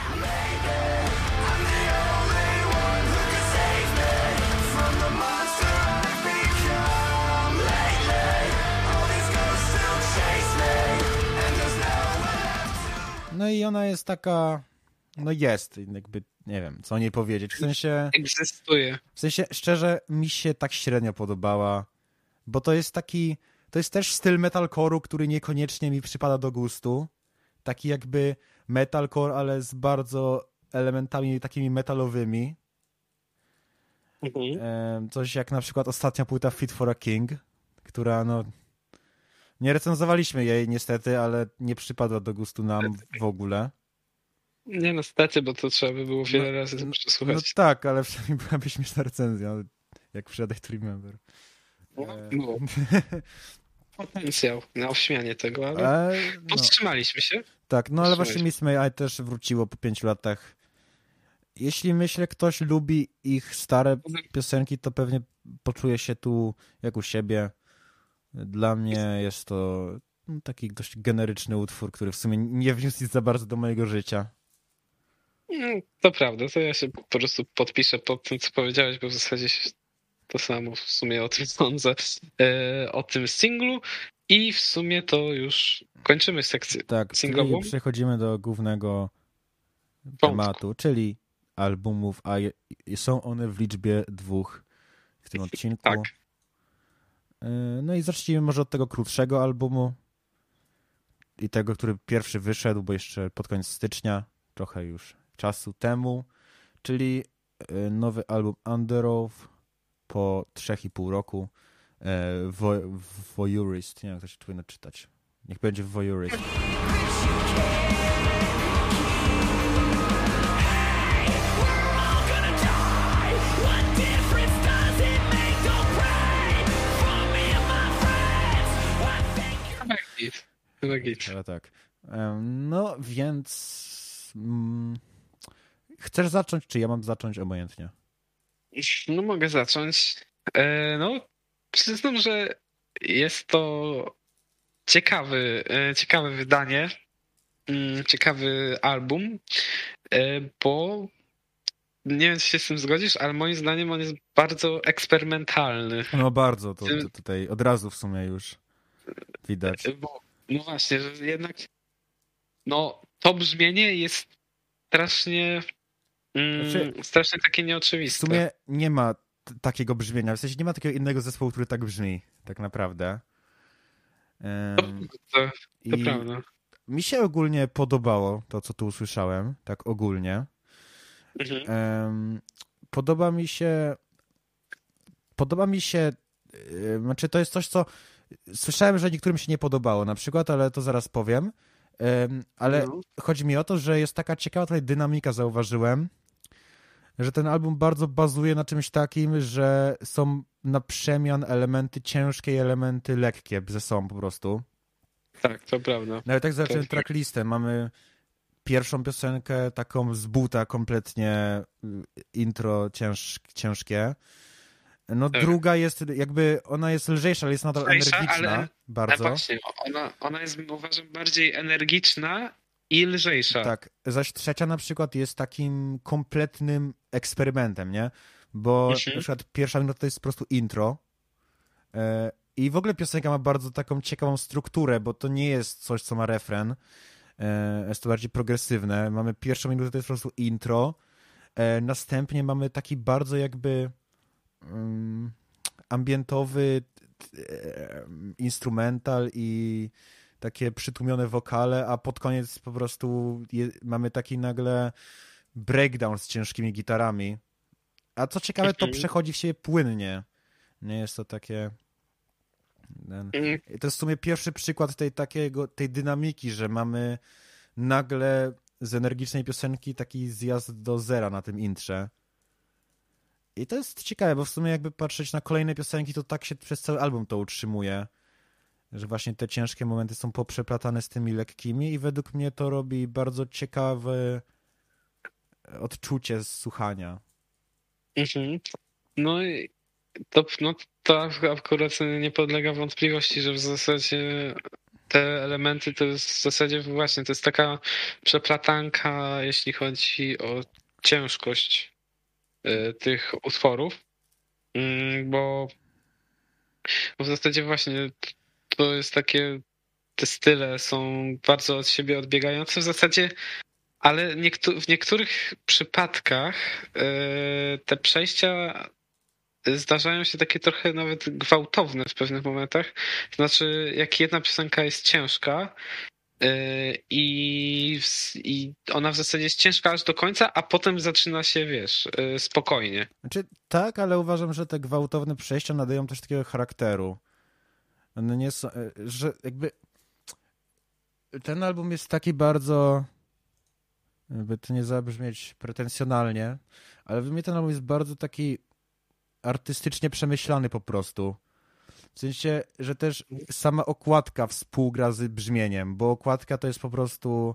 No i ona jest taka... No jest, jakby, nie wiem, co o niej powiedzieć. W sensie, Egzystuje. w sensie, szczerze, mi się tak średnio podobała, bo to jest taki... To jest też styl metalcore'u, który niekoniecznie mi przypada do gustu. Taki jakby metalcore, ale z bardzo elementami takimi metalowymi. Mhm. E, Coś jak na przykład ostatnia płyta Fit for a King, która no... Nie recenzowaliśmy jej niestety, ale nie przypadła do gustu nam w ogóle. Nie no, stety, bo to trzeba by było wiele No, razy No przesłuchać. tak, ale przynajmniej byłaby śmieszna recenzja, jak Friday to Remember. E, Było potencjał na ośmianie tego, ale e, no, powstrzymaliśmy się. tak, no ale właśnie Słuchaj. Miss May I też wróciło po pięciu latach. Jeśli myślę, ktoś lubi ich stare piosenki, to pewnie poczuje się tu jak u siebie. Dla mnie jest to no, taki dość generyczny utwór, który w sumie nie wniósł nic za bardzo do mojego życia. No, to prawda, to ja się po prostu podpiszę pod tym, co powiedziałeś, bo w zasadzie się to samo w sumie o tym sądzę, e, o tym singlu i w sumie to już kończymy sekcję Tak, singlową. czyli przechodzimy do głównego Wątku. tematu, czyli albumów, a je, są one w liczbie dwóch w tym odcinku. Tak. Y, No i zacznijmy może od tego krótszego albumu i tego, który pierwszy wyszedł, bo jeszcze pod koniec stycznia, trochę już czasu temu, czyli y, nowy album Underoath po trzech i pół roku. e, Vo Voyeurist, nie wiem jak to się powinno czytać. Niech będzie Voyeurist. Chyba git. Chyba git. Ale tak. Em, No więc... Mm, chcesz zacząć, czy ja mam zacząć? Obojętnie. No mogę zacząć. E, no, przyznam, że jest to ciekawy, e, ciekawe wydanie, mm, ciekawy album, e, bo nie wiem, czy się z tym zgodzisz, ale moim zdaniem on jest bardzo eksperymentalny. No bardzo, to, Tym- to tutaj od razu w sumie już widać. Bo, no właśnie, że jednak no, to brzmienie jest strasznie mm, Znaczy, strasznie takie W nieoczywiste. sumie nie ma t- takiego brzmienia, w sensie nie ma takiego innego zespołu, który tak brzmi, tak naprawdę. To, Em, to, to I prawda. mi się ogólnie podobało to, co tu usłyszałem, tak ogólnie. Mhm. Em, Podoba mi się podoba mi się y, znaczy to jest coś, co słyszałem, że niektórym się nie podobało na przykład, ale to zaraz powiem. Em, Ale No. chodzi mi o to, że jest taka ciekawa tutaj dynamika, zauważyłem, że ten album bardzo bazuje na czymś takim, że są na przemian elementy ciężkie i elementy lekkie ze sobą po prostu. Tak, to prawda. Nawet tak zacząłem Tak. tracklistę. Mamy pierwszą piosenkę taką z buta kompletnie, y, intro cięż, ciężkie. No Tak. druga jest jakby, ona jest lżejsza, ale jest nadal Lżejsza, energiczna ale- Ale bardzo. właśnie, ona, ona jest, uważam, bardziej energiczna i lżejsza. Tak, zaś trzecia na przykład jest takim kompletnym eksperymentem, nie? Bo Mhm. na przykład pierwsza minuta to jest po prostu intro e, i w ogóle piosenka ma bardzo taką ciekawą strukturę, bo to nie jest coś, co ma refren, e, jest to bardziej progresywne. Mamy pierwszą minutę, to jest po prostu intro, e, następnie mamy taki bardzo jakby um, ambientowy e, instrumental i takie przytłumione wokale, a pod koniec po prostu je, mamy taki nagle breakdown z ciężkimi gitarami. A co ciekawe, to Mhm. przechodzi w siebie płynnie. Nie jest to takie... Ten... Mm, I to jest w sumie pierwszy przykład tej, takiego, tej dynamiki, że mamy nagle z energicznej piosenki taki zjazd do zera na tym intrze. I to jest ciekawe, bo w sumie jakby patrzeć na kolejne piosenki, to tak się przez cały album to utrzymuje, że właśnie te ciężkie momenty są poprzeplatane z tymi lekkimi i według mnie to robi bardzo ciekawe odczucie z słuchania. Mhm. No i to, no, to akurat nie podlega wątpliwości, że w zasadzie te elementy to jest w zasadzie właśnie to jest taka przeplatanka, jeśli chodzi o ciężkość y, tych utworów, Mm, bo bo w zasadzie właśnie t- to jest takie, te style są bardzo od siebie odbiegające w zasadzie, ale niektó- w niektórych przypadkach y, te przejścia zdarzają się takie trochę nawet gwałtowne w pewnych momentach. Znaczy, jak jedna piosenka jest ciężka yy, i, w- i ona w zasadzie jest ciężka aż do końca, a potem zaczyna się, wiesz, yy, spokojnie. Znaczy, tak, ale uważam, że te gwałtowne przejścia nadają też takiego charakteru. One nie są, e, że jakby ten album jest taki bardzo, jakby to nie zabrzmieć pretensjonalnie, ale w mnie ten album jest bardzo taki artystycznie przemyślany po prostu. W sensie, że też sama okładka współgra z brzmieniem, bo okładka to jest po prostu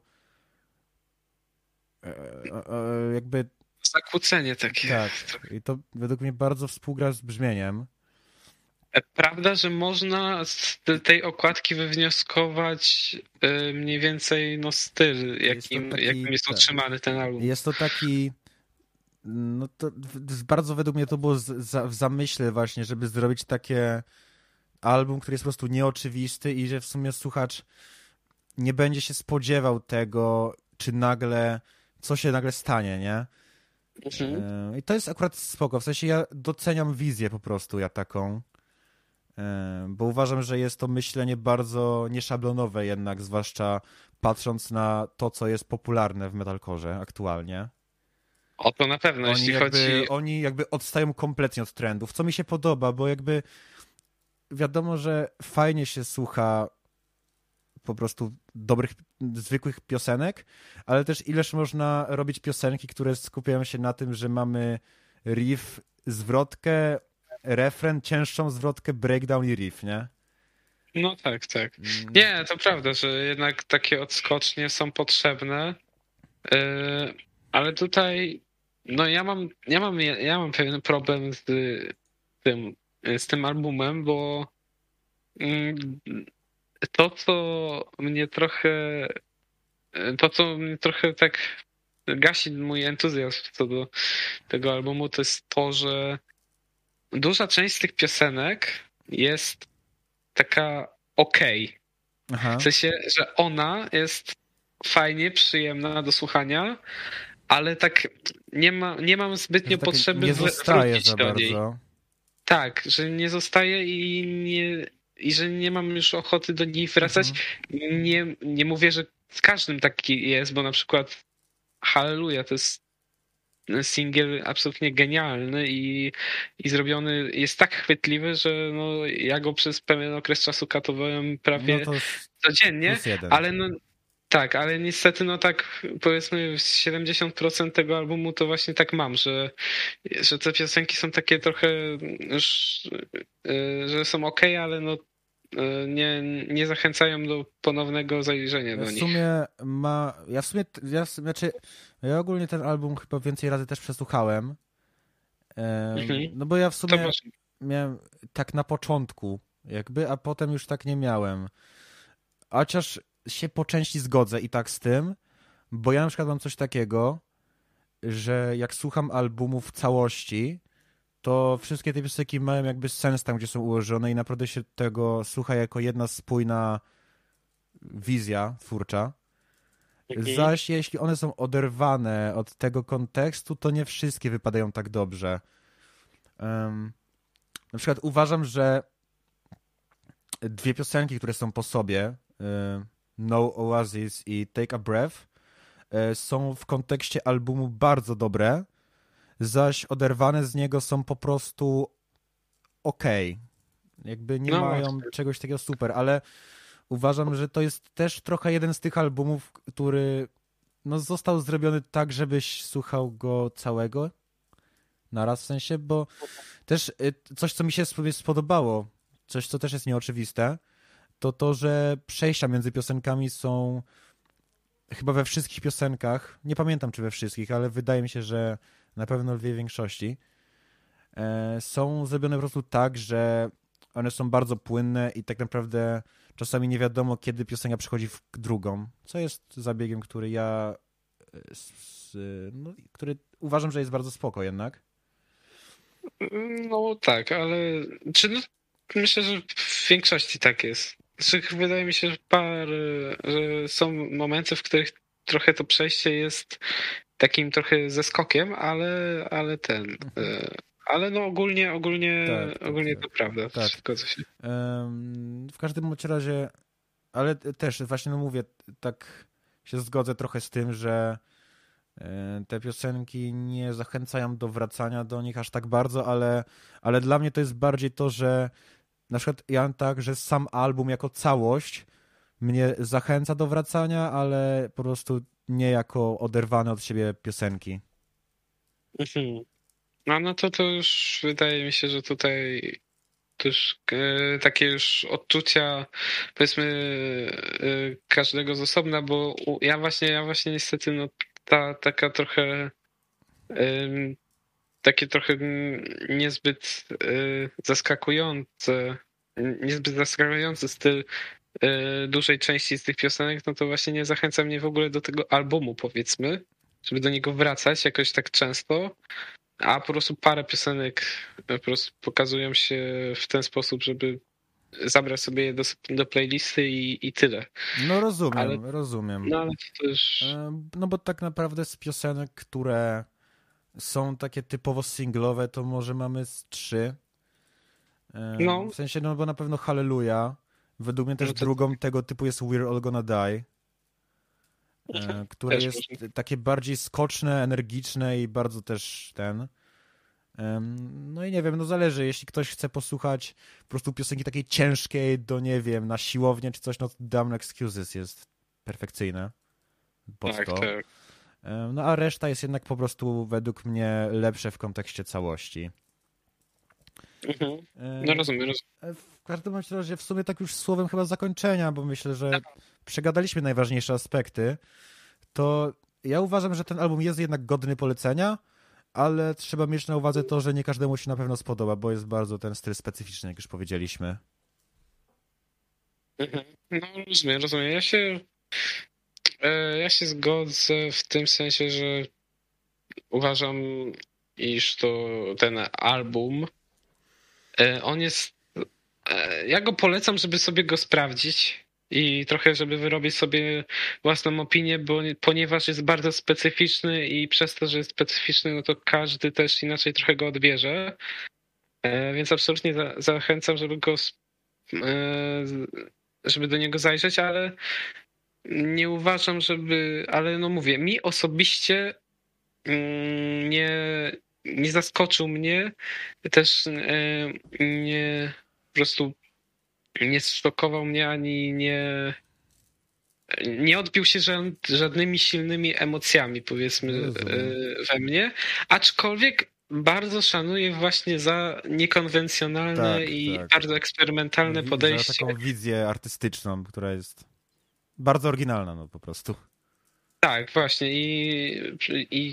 e, e, jakby Zakłócenie takie. tak. I to według mnie bardzo współgra z brzmieniem. Prawda, że można z te- tej okładki wywnioskować yy, mniej więcej no, styl, Jest to jakim, taki- jakim jest tak. utrzymany ten album. Jest to taki, no to w- bardzo według mnie to było z, za, w zamyśle właśnie, żeby zrobić takie album, który jest po prostu nieoczywisty i że w sumie słuchacz nie będzie się spodziewał tego, czy nagle, co się nagle stanie, nie? Mhm. E, I to jest akurat spoko, w sensie ja doceniam wizję po prostu, ja taką, e, bo uważam, że jest to myślenie bardzo nieszablonowe jednak, zwłaszcza patrząc na to, co jest popularne w metalcore aktualnie. O to na pewno, Oni jeśli jakby, chodzi... oni jakby odstają kompletnie od trendów, co mi się podoba, bo jakby wiadomo, że fajnie się słucha po prostu dobrych, zwykłych piosenek, ale też ileż można robić piosenki, które skupiają się na tym, że mamy riff, zwrotkę, refren, cięższą zwrotkę, breakdown i riff, nie? No tak, tak. Mm, Nie, to prawda, że jednak takie odskocznie są potrzebne, yy, ale tutaj no ja mam, ja mam, ja mam pewien problem z tym, z tym albumem, bo mm, to, co mnie trochę to, co mnie trochę tak gasi mój entuzjazm co do tego albumu, to jest to, że duża część z tych piosenek jest taka okej. Aha. W sensie, że ona jest fajnie, przyjemna do słuchania, ale tak nie, ma, nie mam zbytnio Że tak potrzeby nie wr- zostaje wrócić za do niej. bardzo. Tak, że nie zostaje i, nie, i że nie mam już ochoty do niej wracać. Mhm. Nie, nie mówię, że z każdym taki jest, bo na przykład Hallelujah to jest singiel absolutnie genialny i, i zrobiony jest tak chwytliwy, że no, ja go przez pewien okres czasu katowałem prawie No to s- codziennie, plus jeden. ale no tak, ale niestety no tak powiedzmy siedemdziesiąt procent tego albumu to właśnie tak mam, że, że te piosenki są takie trochę już, yy, że są okej, ale no yy, nie, nie zachęcają do ponownego zajrzenia Ja do w nich. sumie ma. Ja w sumie. Ja, w sumie znaczy, ja ogólnie ten album chyba więcej razy też przesłuchałem. Em, Mhm. No bo ja w To sumie masz... miałem tak na początku jakby, a potem już tak nie miałem. Chociaż się po części zgodzę i tak z tym, bo ja na przykład mam coś takiego, że jak słucham albumu w całości, to wszystkie te piosenki mają jakby sens tam, gdzie są ułożone i naprawdę się tego słucha jako jedna spójna wizja twórcza. Mhm. Zaś jeśli one są oderwane od tego kontekstu, to nie wszystkie wypadają tak dobrze. Um, na przykład uważam, że dwie piosenki, które są po sobie, y, No Oasis i Take a Breath, y, są w kontekście albumu bardzo dobre, zaś oderwane z niego są po prostu okej. Jakby nie No mają właśnie. czegoś takiego super, ale uważam, że to jest też trochę jeden z tych albumów, który no, został zrobiony tak, żebyś słuchał go całego naraz w sensie, bo też y, coś, co mi się sp- spodobało, coś, co też jest nieoczywiste, to to, że przejścia między piosenkami są chyba we wszystkich piosenkach, nie pamiętam czy we wszystkich, ale wydaje mi się, że na pewno w jej większości, e, są zrobione po prostu tak, że one są bardzo płynne i tak naprawdę czasami nie wiadomo, kiedy piosenka przechodzi w drugą, co jest zabiegiem, który ja e, s, s, no, który uważam, że jest bardzo spoko jednak. No tak, ale czy no, myślę, że w większości tak jest. Znaczy, wydaje mi się, że par, że są momenty, w których trochę to przejście jest takim trochę zeskokiem, ale, ale ten. e, Ale no ogólnie, ogólnie, Tak, tak, ogólnie tak. to prawda. Tak. Zgodzę się. Em, w każdym bądź razie, ale też właśnie no mówię, tak się zgodzę trochę z tym, że e, te piosenki nie zachęcają do wracania do nich aż tak bardzo, ale, ale dla mnie to jest bardziej to, że na przykład ja mam tak, że sam album jako całość mnie zachęca do wracania, ale po prostu nie jako oderwane od siebie piosenki. Mhm. No, no to to już wydaje mi się, że tutaj to już e, takie już odczucia powiedzmy e, każdego z osobna, bo u- ja właśnie, ja właśnie niestety no ta taka trochę em, takie trochę mm, niezbyt e, zaskakujące, niezbyt zaskakujący styl e, dużej części z tych piosenek, no to właśnie nie zachęca mnie w ogóle do tego albumu, powiedzmy, żeby do niego wracać jakoś tak często. A po prostu parę piosenek po prostu pokazują się w ten sposób, żeby zabrać sobie je do, do playlisty i, i tyle. No rozumiem, Ale, rozumiem. no ale to już... E, No bo tak naprawdę z piosenek, które są takie typowo singlowe, to może mamy z trzy. E, No. W sensie, no bo na pewno Hallelujah. Według mnie też No to- drugą tego typu jest We're All Gonna Die, e, które Też jest można. takie bardziej skoczne, energiczne i bardzo też ten... Em, No i nie wiem, no zależy, jeśli ktoś chce posłuchać po prostu piosenki takiej ciężkiej do, nie wiem, na siłownię czy coś, no to Damn Excuses jest perfekcyjne pod Tak, to. tak. Em, No a reszta jest jednak po prostu według mnie lepsze w kontekście całości. Mhm. Em, No rozumiem, rozumiem. W każdym bądź razie w sumie tak już słowem chyba zakończenia, bo myślę, że przegadaliśmy najważniejsze aspekty, to ja uważam, że ten album jest jednak godny polecenia, ale trzeba mieć na uwadze to, że nie każdemu się na pewno spodoba, bo jest bardzo ten styl specyficzny, jak już powiedzieliśmy. Mhm. No rozumiem, rozumiem. Ja się e, ja się zgodzę w tym sensie, że uważam, iż to ten album e, on jest e, ja go polecam, żeby sobie go sprawdzić i trochę, żeby wyrobić sobie własną opinię, bo, ponieważ jest bardzo specyficzny i przez to, że jest specyficzny, no to każdy też inaczej trochę go odbierze. E, Więc absolutnie za, zachęcam, żeby go, s- e, żeby do niego zajrzeć, ale nie uważam, żeby, ale no mówię, mi osobiście mm, nie, nie zaskoczył mnie, też e, nie, po prostu nie zszokował mnie ani nie, nie odbił się ża- żadnymi silnymi emocjami, powiedzmy, Rozumiem. e, we mnie, aczkolwiek bardzo szanuję właśnie za niekonwencjonalne Tak, i tak. bardzo eksperymentalne Wi- podejście. Za taką wizję artystyczną, która jest bardzo oryginalna, no po prostu. Tak, właśnie i, i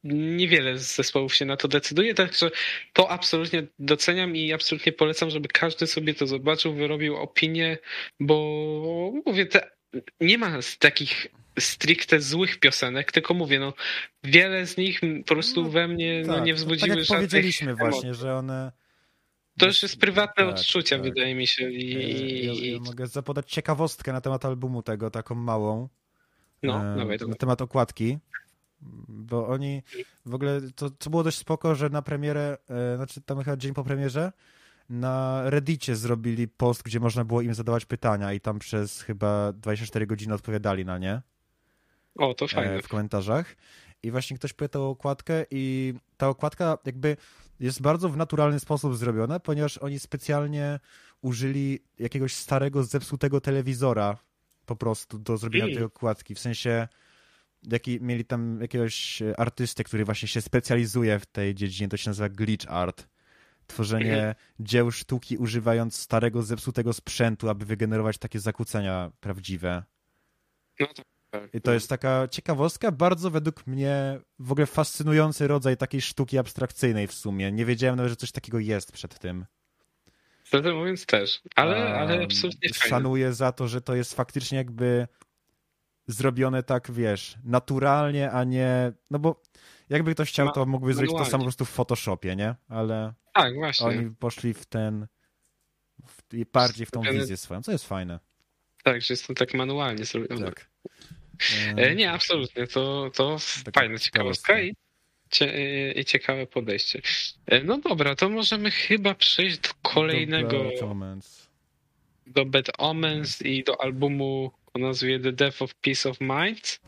niewiele z zespołów się na to decyduje, także to absolutnie doceniam i absolutnie polecam, żeby każdy sobie to zobaczył, wyrobił opinię, bo mówię, te, nie ma z takich stricte złych piosenek, tylko mówię, no wiele z nich po prostu No, we mnie no, tak, nie no, wzbudziły tak jak żadnych powiedzieliśmy emocji. właśnie, że one... To już jest prywatne Tak, odczucia, tak. wydaje mi się. I, Ja, i, ja mogę zapodać ciekawostkę na temat albumu tego, taką małą. no, e, dawaj, na dawaj. temat okładki, bo oni w ogóle, to, to było dość spoko, że na premierę, e, znaczy tam chyba dzień po premierze, na Reddicie zrobili post, gdzie można było im zadawać pytania i tam przez chyba dwadzieścia cztery godziny odpowiadali na nie O, to fajne. e, w komentarzach. I właśnie ktoś pytał o okładkę i ta okładka jakby jest bardzo w naturalny sposób zrobiona, ponieważ oni specjalnie użyli jakiegoś starego, zepsutego telewizora po prostu do zrobienia Mm. tej okładki. W sensie jaki, mieli tam jakiegoś artystę, który właśnie się specjalizuje w tej dziedzinie, to się nazywa glitch art. Tworzenie Mhm. dzieł sztuki używając starego, zepsutego sprzętu, aby wygenerować takie zakłócenia prawdziwe. No to, tak. I to jest taka ciekawostka, bardzo według mnie w ogóle fascynujący rodzaj takiej sztuki abstrakcyjnej w sumie. Nie wiedziałem nawet, że coś takiego jest przed tym. Szczerze mówiąc też, ale, A, ale absolutnie fajne. Szanuję za to, że to jest faktycznie jakby zrobione tak, wiesz, naturalnie, a nie... No bo jakby ktoś chciał, Ma- to mógłby zrobić to manualnie. samo po prostu w Photoshopie, nie? Ale Tak, właśnie. oni poszli w ten... W, i bardziej w tą Zrobione- wizję swoją, co jest fajne. Tak, że jest to tak manualnie zrobione. Tak. E, Nie, absolutnie, to, to Taka fajna ciekawostka i, cie, i ciekawe podejście. E, No dobra, to możemy chyba przejść do kolejnego, Dobra, Moments. do Bad Omens i do albumu o nazwie The Death of Peace of Mind.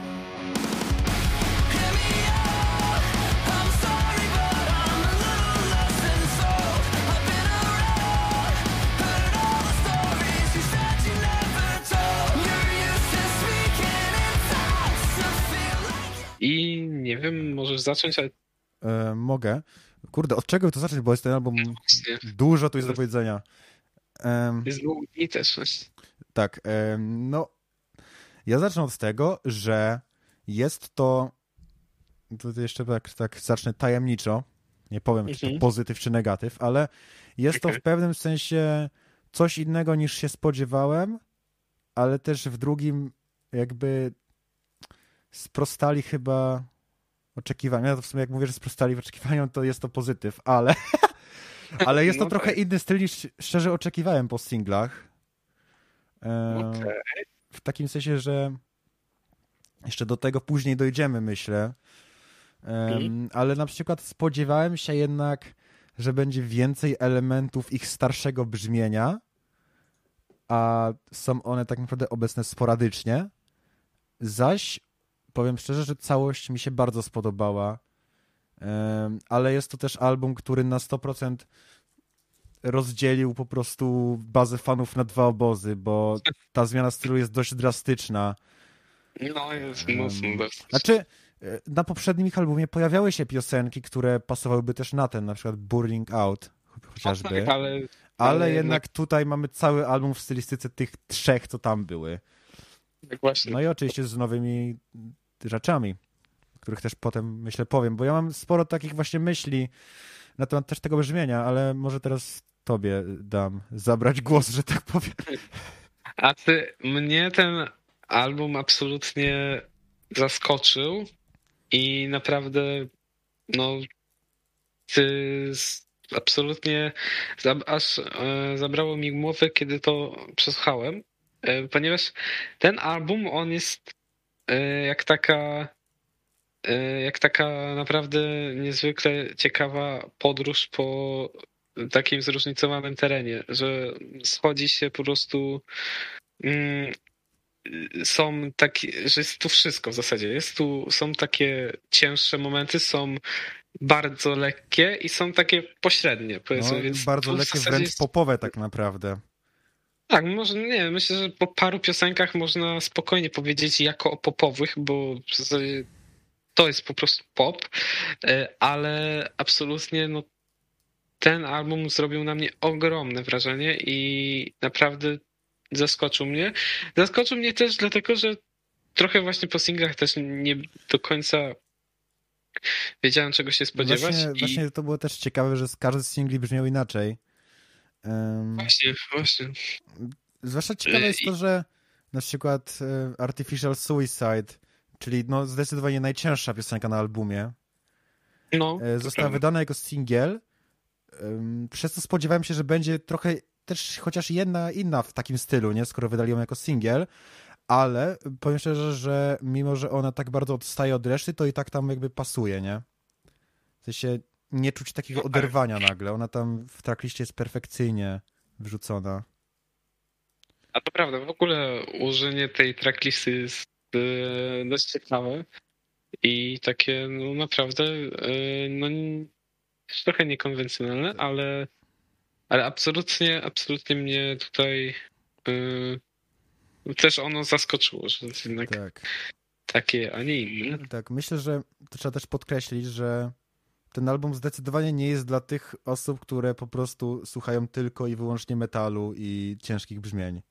I'm sorry, but I'm a little lost and sold. I've been around, heard all the stories you said you never told. You're used to speaking in tongues to feel like I nie wiem, możesz zacząć, ale E, mogę. Kurde, od czego to zacząć, bo jest ten album... właśnie Dużo tu jest do powiedzenia. Em, jest długi też. tak, em, no... Ja zacznę od tego, że jest to... To jeszcze tak, tak zacznę tajemniczo. Nie powiem, czy to Mhm. pozytyw, czy negatyw, ale jest to Okej. w pewnym sensie coś innego niż się spodziewałem, ale też w drugim jakby sprostali chyba oczekiwaniom. Ja to w sumie jak mówię, że sprostali oczekiwaniom, to jest to pozytyw, ale, ale jest to No trochę tak. inny styl niż szczerze oczekiwałem po singlach. E, Okej. W takim sensie, że jeszcze do tego później dojdziemy, myślę. Em, Mhm. ale na przykład spodziewałem się jednak, że będzie więcej elementów ich starszego brzmienia, a są one tak naprawdę obecne sporadycznie. Zaś powiem szczerze, że całość mi się bardzo spodobała, Em, ale jest to też album, który na sto procent rozdzielił po prostu bazę fanów na dwa obozy, bo ta zmiana stylu jest dość drastyczna. No, jest Em, mocno dosyć. Znaczy, e, na poprzednim ich albumie pojawiały się piosenki, które pasowałyby też na ten, na przykład Burning Out ch- chociażby, No tak, ale, ale ale jednak tutaj mamy cały album w stylistyce tych trzech, co tam były. tak właśnie. No i oczywiście z nowymi rzeczami, o których też potem, myślę, powiem, bo ja mam sporo takich właśnie myśli na temat też tego brzmienia, ale może teraz tobie dam zabrać głos, że tak powiem. A ty, mnie ten album absolutnie zaskoczył i naprawdę, no, ty z- absolutnie zab, aż e, zabrało mi głowę, kiedy to przesłuchałem, e, ponieważ ten album, on jest e, jak taka e, jak taka naprawdę niezwykle ciekawa podróż po takim zróżnicowanym terenie, że schodzi się po prostu mm, są takie, że jest tu wszystko w zasadzie. Jest tu, są takie cięższe momenty, są bardzo lekkie i są takie pośrednie, No, powiedzmy, więc bardzo tu w lekkie, zasadzie wręcz jest- popowe tak naprawdę. Tak, może nie, myślę, że po paru piosenkach można spokojnie powiedzieć jako o popowych, bo w zasadzie to jest po prostu pop, e, ale absolutnie no, ten album zrobił na mnie ogromne wrażenie i naprawdę zaskoczył mnie. Zaskoczył mnie też dlatego, że trochę właśnie po singlach też nie do końca wiedziałem czego się spodziewać Właśnie, i właśnie to było też ciekawe, że każdy z singli brzmiał inaczej. Um, właśnie, właśnie. zwłaszcza ciekawe jest to, że na przykład e, Artificial Suicide, czyli no zdecydowanie najcięższa piosenka na albumie, No, e, to została prawda. wydana jako singiel, um, przez co spodziewałem się, że będzie trochę też chociaż jedna inna w takim stylu, nie? Skoro wydali ją jako singiel, ale powiem szczerze, że mimo, że ona tak bardzo odstaje od reszty, to i tak tam jakby pasuje, nie? W sensie nie czuć takiego No tak. oderwania nagle. Ona tam w trackliście jest perfekcyjnie wrzucona. A to prawda, w ogóle użycie tej tracklisty jest e, dość ciekawe i takie no naprawdę e, no n- trochę niekonwencjonalne, ale, ale absolutnie, absolutnie mnie tutaj e, też ono zaskoczyło, że to jest jednak Tak. takie, a nie inne. Tak, myślę, że to trzeba też podkreślić, że ten album zdecydowanie nie jest dla tych osób, które po prostu słuchają tylko i wyłącznie metalu i ciężkich brzmień.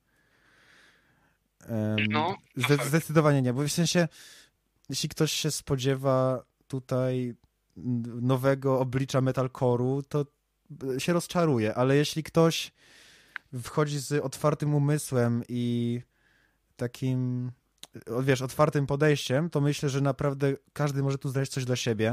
Um, No, to zde- fakt. zdecydowanie nie, bo w sensie jeśli ktoś się spodziewa tutaj nowego oblicza metalcore'u, to się rozczaruje, ale jeśli ktoś wchodzi z otwartym umysłem i takim, wiesz, otwartym podejściem, to myślę, że naprawdę każdy może tu znaleźć coś dla siebie.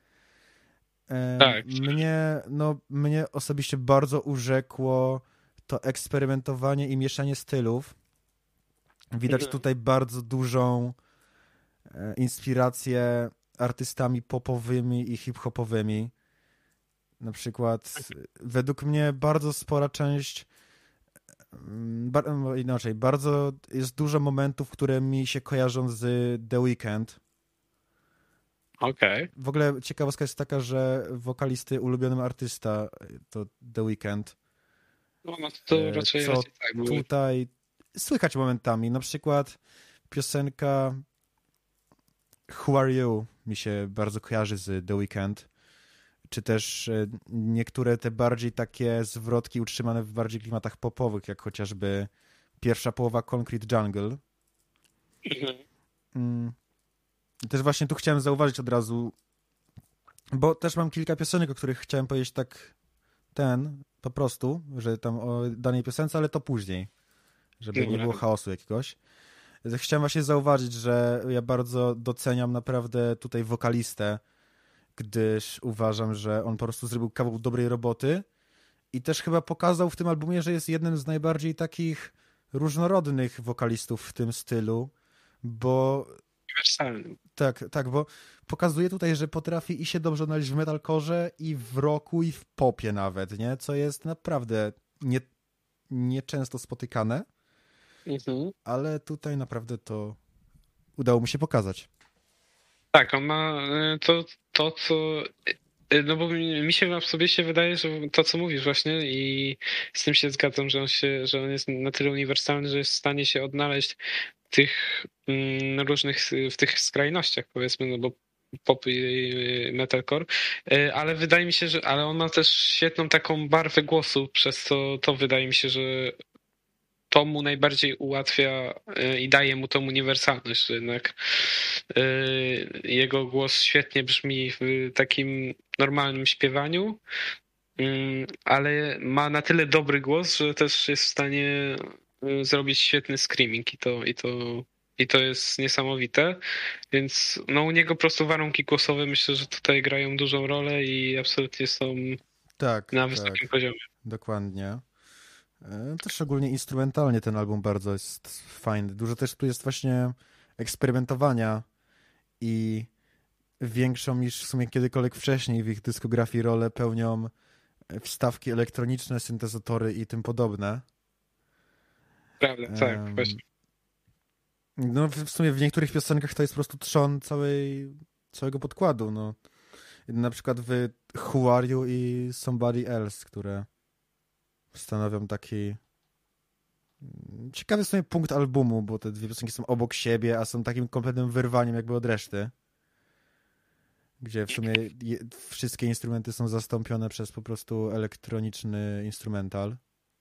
Em, Tak. Mnie, no, mnie osobiście bardzo urzekło to eksperymentowanie i mieszanie stylów. Widać Mhm. tutaj bardzo dużą e, inspirację artystami popowymi i hip-hopowymi. Na przykład według mnie bardzo spora część mm, bar, inaczej, bardzo jest dużo momentów, które mi się kojarzą z The Weeknd. Okej. W ogóle ciekawostka jest taka, że wokalisty ulubionym artysta to The Weeknd. No, no to E, raczej, co raczej tak było. tutaj słychać momentami. Na przykład piosenka Who Are You mi się bardzo kojarzy z The Weeknd. Czy też e, niektóre te bardziej takie zwrotki utrzymane w bardziej klimatach popowych, jak chociażby pierwsza połowa Concrete Jungle. Mhm. Mm. I też właśnie tu chciałem zauważyć od razu, bo też mam kilka piosenek, o których chciałem powiedzieć tak ten, po prostu, że tam o danej piosence, ale to później, żeby nie Dobra. było chaosu jakiegoś. Chciałem właśnie zauważyć, że ja bardzo doceniam naprawdę tutaj wokalistę, gdyż uważam, że on po prostu zrobił kawał dobrej roboty i też chyba pokazał w tym albumie, że jest jednym z najbardziej takich różnorodnych wokalistów w tym stylu, bo Uniwersalny. tak, tak, bo pokazuje tutaj, że potrafi i się dobrze odnaleźć w metalkorze, i w rocku, i w popie nawet, nie? Co jest naprawdę nie, nieczęsto spotykane, Mhm. ale tutaj naprawdę to udało mu się pokazać. Tak, on ma y, to, to co. y, No bo mi mi się osobiście wydaje, że to, co mówisz właśnie, i z tym się zgadzam, że on się, że on jest na tyle uniwersalny, że jest w stanie się odnaleźć w tych mm, różnych, w tych skrajnościach, powiedzmy, no bo pop i metalcore, Y, ale wydaje mi się, że ale on ma też świetną taką barwę głosu, przez co to wydaje mi się, że to mu najbardziej ułatwia y, i daje mu tą uniwersalność, że jednak y, jego głos świetnie brzmi w takim normalnym śpiewaniu, mm, ale ma na tyle dobry głos, że też jest w stanie y, zrobić świetny screaming i to, i to, i to jest niesamowite. Więc no, u niego po prostu warunki głosowe myślę, że tutaj grają dużą rolę i absolutnie są Tak, na tak, wysokim poziomie. dokładnie. E, Też ogólnie instrumentalnie ten album bardzo jest fajny. Dużo też tu jest właśnie eksperymentowania i większą niż w sumie kiedykolwiek wcześniej w ich dyskografii rolę pełnią wstawki elektroniczne, syntezatory i tym podobne. Prawda, tak, Em, właśnie. No w w sumie w niektórych piosenkach to jest po prostu trzon całej, całego podkładu. No. Na przykład w Who Are You i Somebody Else, które stanowią taki mm, ciekawy w sumie punkt albumu, bo te dwie piosenki są obok siebie, a są takim kompletnym wyrwaniem jakby od reszty. Gdzie w sumie je, wszystkie instrumenty są zastąpione przez po prostu elektroniczny instrumental.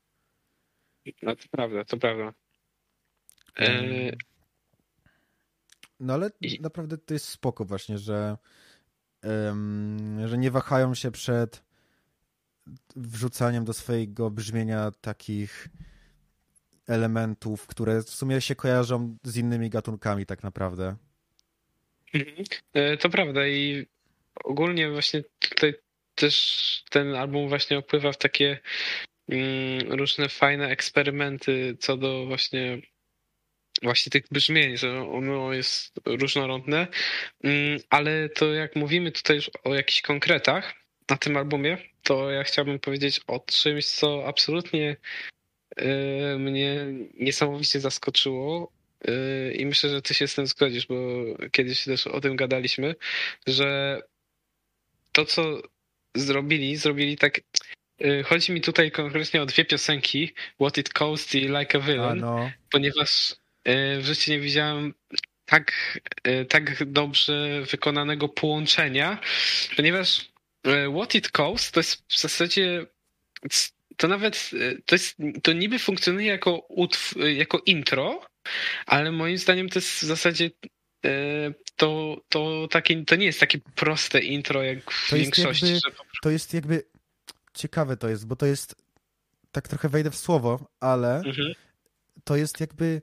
No to prawda, to prawda. E, Em, No ale I- naprawdę to jest spoko właśnie, że em, że nie wahają się przed wrzucaniem do swojego brzmienia takich elementów, które w sumie się kojarzą z innymi gatunkami tak naprawdę. Mhm. E, To prawda i ogólnie właśnie tutaj też ten album właśnie opływa w takie mm, różne fajne eksperymenty co do właśnie właśnie tych brzmień, że ono jest różnorodne, Mm, ale to jak mówimy tutaj już o jakichś konkretach na tym albumie, to ja chciałbym powiedzieć o czymś, co absolutnie y, mnie niesamowicie zaskoczyło y, i myślę, że ty się z tym zgodzisz, bo kiedyś też o tym gadaliśmy, że to, co zrobili, zrobili tak. y, Chodzi mi tutaj konkretnie o dwie piosenki, What It Costs i Like a A Villain, no, ponieważ y, w życiu nie widziałem tak, y, tak dobrze wykonanego połączenia, ponieważ y, What It Costs to jest w zasadzie to nawet y, to jest to niby funkcjonuje jako utw, y, jako intro, ale moim zdaniem to jest w zasadzie y, to, to, takie, to nie jest takie proste intro jak w to jest większości, jakby, że po to jest jakby ciekawe to jest, bo to jest tak trochę wejdę w słowo, ale Mhm. to jest jakby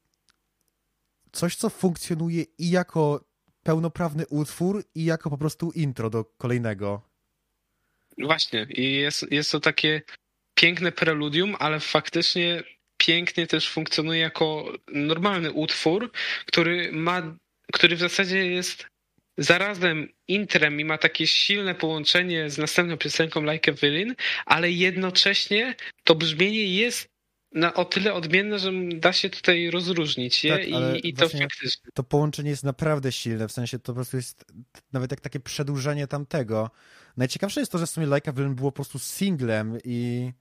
coś, co funkcjonuje i jako pełnoprawny utwór, i jako po prostu intro do kolejnego. Właśnie, i jest, jest to takie piękne preludium, ale faktycznie pięknie też funkcjonuje jako normalny utwór, który ma, który w zasadzie jest zarazem intrem i ma takie silne połączenie z następną piosenką Like a Villain, ale jednocześnie to brzmienie jest na o tyle odmienne, że da się tutaj rozróżnić je Tak, ale i, i to właśnie faktycznie. To połączenie jest naprawdę silne, w sensie to po prostu jest nawet jak takie przedłużenie tamtego. Najciekawsze jest to, że w sumie Like a Villain było po prostu singlem i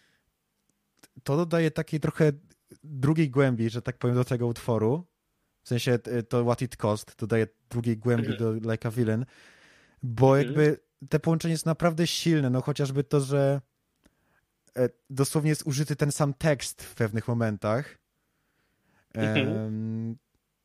to dodaje takiej trochę drugiej głębi, że tak powiem, do tego utworu. W sensie y, to What It Cost dodaje drugiej głębi Mhm. do Like a Villain, bo Mhm. jakby te połączenie jest naprawdę silne, no chociażby to, że e, dosłownie jest użyty ten sam tekst w pewnych momentach. Mhm. Em,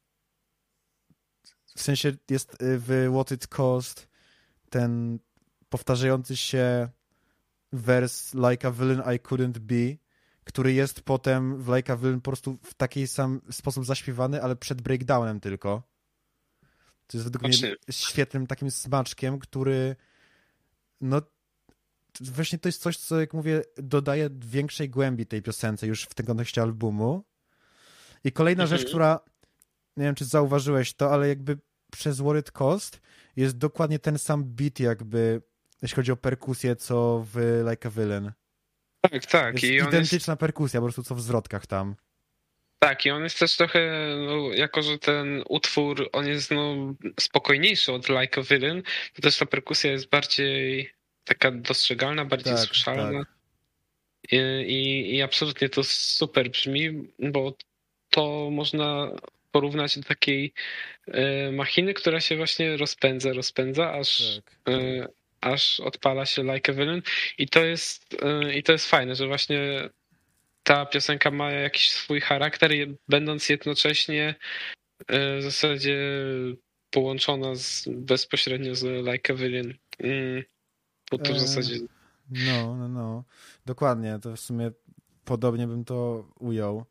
w sensie jest y, w What It Cost ten powtarzający się wers Like a Villain I Couldn't Be, który jest potem w Like a Villain po prostu w taki sam sposób zaśpiewany, ale przed breakdownem tylko. To jest według Właśnie. mnie świetnym takim smaczkiem, który no właśnie to jest coś, co jak mówię, dodaje większej głębi tej piosence już w tym kontekście albumu. I kolejna Mhm. rzecz, która nie wiem, czy zauważyłeś to, ale jakby przez What It Cost jest dokładnie ten sam beat jakby, jeśli chodzi o perkusję, co w Like a Villain. Tak, tak. Jest I on jest identyczna perkusja, po prostu co w zwrotkach tam. Tak, i on jest też trochę, no, jako że ten utwór, on jest no, spokojniejszy od Like a Villain, to też ta perkusja jest bardziej taka dostrzegalna, bardziej Tak, słyszalna. tak. I, i, I absolutnie to super brzmi, bo to można porównać do takiej e, machiny, która się właśnie rozpędza, rozpędza, aż, Tak. e, aż odpala się Like a Villain. I to jest, e, i to jest fajne, że właśnie ta piosenka ma jakiś swój charakter, je- będąc jednocześnie e, w zasadzie połączona z, bezpośrednio z Like a Villain. Mm, Bo to w Eee, zasadzie. No, no, no. Dokładnie, to w sumie podobnie bym to ujął.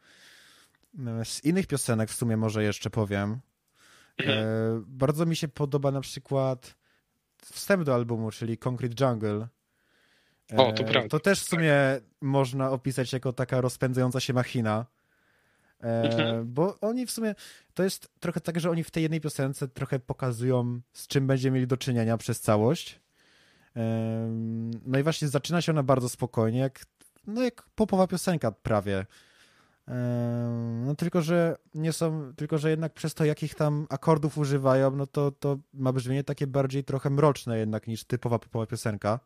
Z innych piosenek w sumie może jeszcze powiem. Mhm. E, bardzo mi się podoba na przykład wstęp do albumu, czyli Concrete Jungle. E, O, to prawda. To też w sumie można opisać jako taka rozpędzająca się machina. E, Mhm. Bo oni w sumie, to jest trochę tak, że oni w tej jednej piosence trochę pokazują, z czym będziemy mieli do czynienia przez całość. E, No i właśnie zaczyna się ona bardzo spokojnie, jak, no jak popowa piosenka prawie. E, No tylko, że nie są, tylko, że jednak przez to, jakich tam akordów używają, no to, to ma brzmienie takie bardziej trochę mroczne jednak niż typowa popowa piosenka.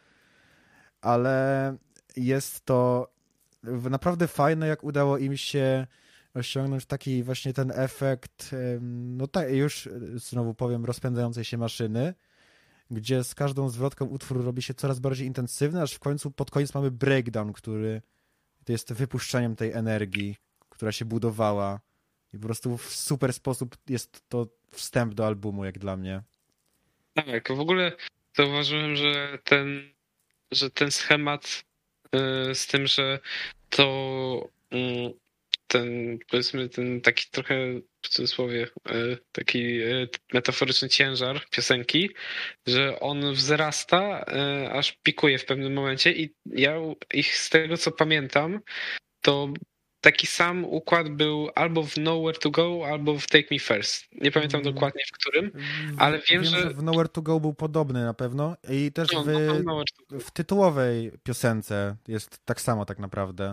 Ale jest to naprawdę fajne, jak udało im się osiągnąć taki właśnie ten efekt, em, no tak, już znowu powiem, rozpędzającej się maszyny, gdzie z każdą zwrotką utwór robi się coraz bardziej intensywny, aż w końcu pod koniec mamy breakdown, który to jest wypuszczeniem tej energii, która się budowała i po prostu w super sposób jest to wstęp do albumu, jak dla mnie. Tak, w ogóle zauważyłem, że ten, że ten schemat y, z tym, że to mm, ten, powiedzmy, ten taki trochę w cudzysłowie, y, taki y, metaforyczny ciężar piosenki, że on wzrasta, y, aż pikuje w pewnym momencie i ja ich z tego co pamiętam, to taki sam układ był albo w Nowhere to Go, albo w Take Me First. Nie pamiętam Mm. dokładnie w którym, W- ale wiem, że... że w Nowhere to Go był podobny na pewno i też No, w, no, to Nowhere to Go. w tytułowej piosence jest tak samo tak naprawdę.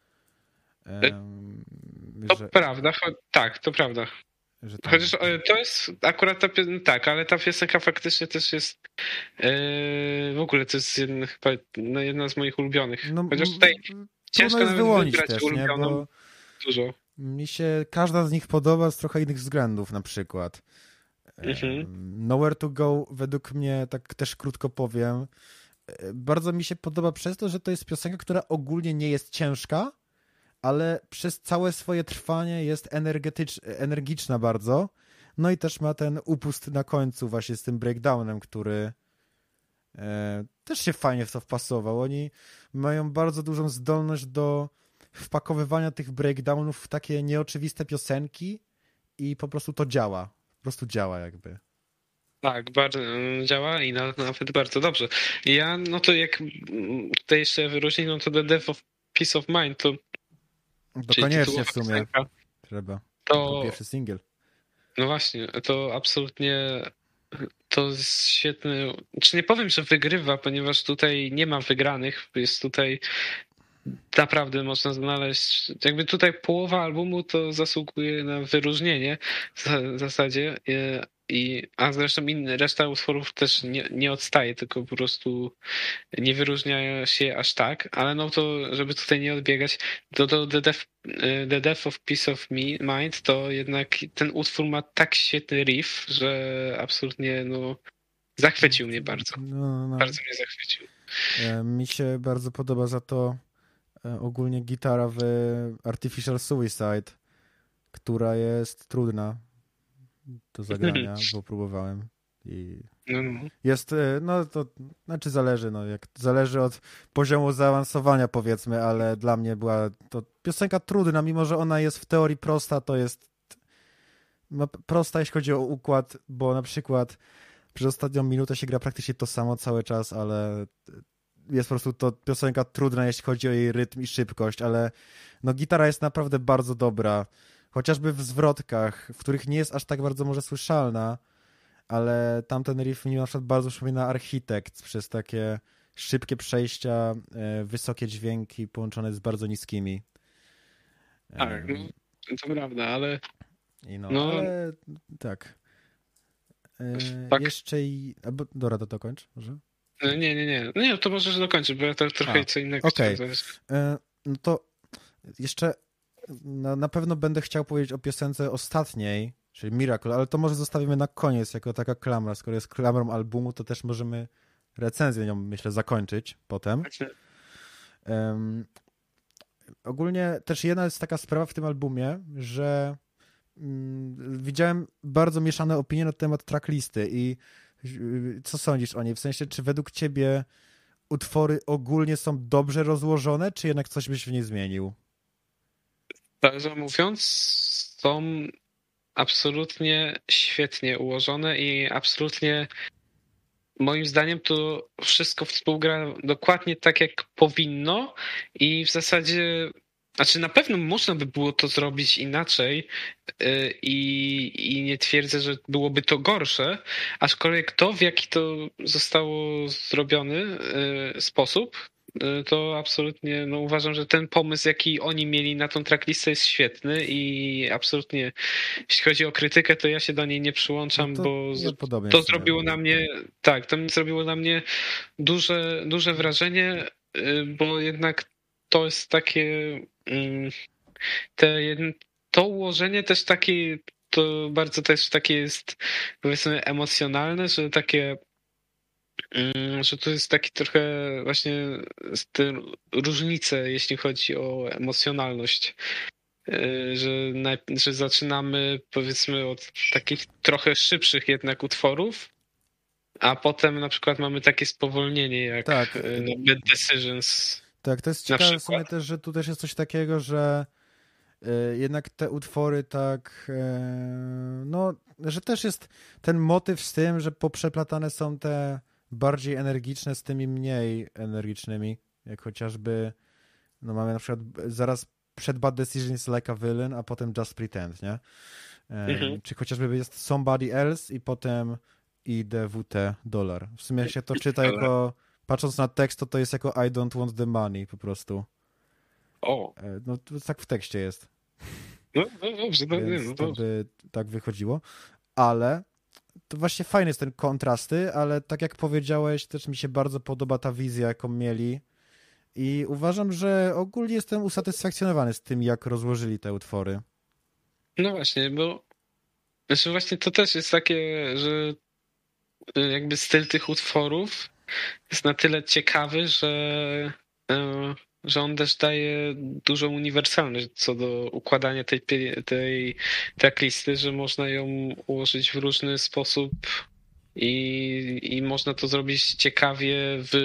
Em, To że, prawda, cho- tak, to prawda. że tam, Chociaż e, to jest akurat ta piosenka, tak, ale ta piosenka faktycznie też jest e, w ogóle to jest jedna, chyba no, jedna z moich ulubionych. no, Chociaż m- tutaj trudno ciężko jest nawet wyłonić wybrać też, nie? ulubioną Bo dużo. mi się każda z nich podoba z trochę innych względów, na przykład. Mhm. Em, Nowhere to Go według mnie, tak też krótko powiem, e, bardzo mi się podoba przez to, że to jest piosenka, która ogólnie nie jest ciężka, ale przez całe swoje trwanie jest energetycz, energiczna bardzo. No i też ma ten upust na końcu właśnie z tym breakdownem, który e, też się fajnie w to wpasował. Oni mają bardzo dużą zdolność do wpakowywania tych breakdownów w takie nieoczywiste piosenki i po prostu to działa. Po prostu działa jakby. Tak, bardzo mm, działa i na- nawet bardzo dobrze. Ja, no to jak mm, tutaj jeszcze wyróżnić, no to The Death of Peace of Mind, to To czyli koniecznie tytułowa w sumie piosenka, trzeba. to To pierwszy singiel. no właśnie, to absolutnie to jest świetny. Czy nie powiem, że wygrywa, ponieważ tutaj nie ma wygranych. Jest tutaj naprawdę można znaleźć. Jakby tutaj połowa albumu to zasługuje na wyróżnienie w za- w zasadzie. e, I, a zresztą inne, reszta utworów też nie, nie odstaje, tylko po prostu nie wyróżnia się aż tak, ale no to, żeby tutaj nie odbiegać, to, to The, Death, e, The Death of Peace of Me, Mind, to jednak ten utwór ma tak świetny riff, że absolutnie no zachwycił mnie bardzo. No, no, no. Bardzo mnie zachwycił. E, Mi się bardzo podoba za to e, ogólnie gitara w Artificial Suicide, która jest trudna do zagrania, bo próbowałem i No, no. jest, e, no to znaczy zależy, no jak zależy od poziomu zaawansowania powiedzmy, ale dla mnie była to piosenka trudna, mimo że ona jest w teorii prosta, to jest no, prosta jeśli chodzi o układ, bo na przykład przez ostatnią minutę się gra praktycznie to samo cały czas, ale jest po prostu to piosenka trudna, jeśli chodzi o jej rytm i szybkość, ale no gitara jest naprawdę bardzo dobra, chociażby w zwrotkach, w których nie jest aż tak bardzo może słyszalna, ale tamten riff mi na przykład bardzo przypomina Architect przez takie szybkie przejścia, e, wysokie dźwięki połączone z bardzo niskimi. E, Tak, no, to prawda, ale I no, no- ale tak. E, Tak. Jeszcze i... Albo, dobra, to dokończ, może? nie, nie, nie. No nie, to możesz dokończyć, bo ja to trochę A, co innego okej. chciałem powiedzieć. E, no to jeszcze na, na pewno będę chciał powiedzieć o piosence ostatniej, czyli Miracle, ale to może zostawimy na koniec, jako taka klamra. Skoro jest klamrą albumu, to też możemy recenzję nią, myślę, zakończyć potem. Um, ogólnie też jedna jest taka sprawa w tym albumie, że mm, widziałem bardzo mieszane opinie na temat tracklisty i y, co sądzisz o niej? W sensie, czy według ciebie utwory ogólnie są dobrze rozłożone, czy jednak coś byś w niej zmienił? Szczerze mówiąc, są absolutnie świetnie ułożone i absolutnie moim zdaniem to wszystko współgra dokładnie tak, jak powinno i w zasadzie, znaczy na pewno można by było to zrobić inaczej yy, i, i nie twierdzę, że byłoby to gorsze, aczkolwiek to, w jaki to zostało zrobiony yy, sposób, yy, to absolutnie no, uważam, że ten pomysł, jaki oni mieli na tą tracklistę jest świetny i absolutnie jeśli chodzi o krytykę, to ja się do niej nie przyłączam, No to bo ja podobnie to w sumie. zrobiło na mnie, tak, to zrobiło na mnie duże, duże wrażenie, y, bo jednak to jest takie, mm, te, jedn- to ułożenie też takie, to bardzo też takie jest, powiedzmy, emocjonalne, że takie, mm, że to jest taki trochę właśnie z te różnice, jeśli chodzi o emocjonalność. Y, Że, naj- że zaczynamy powiedzmy od takich trochę szybszych jednak utworów, a potem na przykład mamy takie spowolnienie jak Tak. e, no, Bad Decisions. Tak, to jest Na ciekawe w przykład. sumie też, że tu też jest coś takiego, że y, jednak te utwory tak, y, no, że też jest ten motyw z tym, że poprzeplatane są te bardziej energiczne z tymi mniej energicznymi, jak chociażby, no mamy na przykład zaraz przed Bad Decisions Like a Villain, a potem Just Pretend, nie? Y, Mhm. Czy chociażby jest Somebody Else i potem I D W T Dollar. W sumie jak się to czyta jako, patrząc na tekst, to to jest jako I don't want the money po prostu. O, E, No to tak w tekście jest, no, no dobrze, no, nie, więc no to dobrze. by tak wychodziło. Ale to właśnie fajny jest ten kontrasty, ale tak jak powiedziałeś, też mi się bardzo podoba ta wizja, jaką mieli i uważam, że ogólnie jestem usatysfakcjonowany z tym, jak rozłożyli te utwory. No właśnie, bo znaczy właśnie to też jest takie, że y, jakby styl tych utworów jest na tyle ciekawy, że, e, że on też daje dużą uniwersalność co do układania tej, pie- tej tracklisty, że można ją ułożyć w różny sposób i, i można to zrobić ciekawie w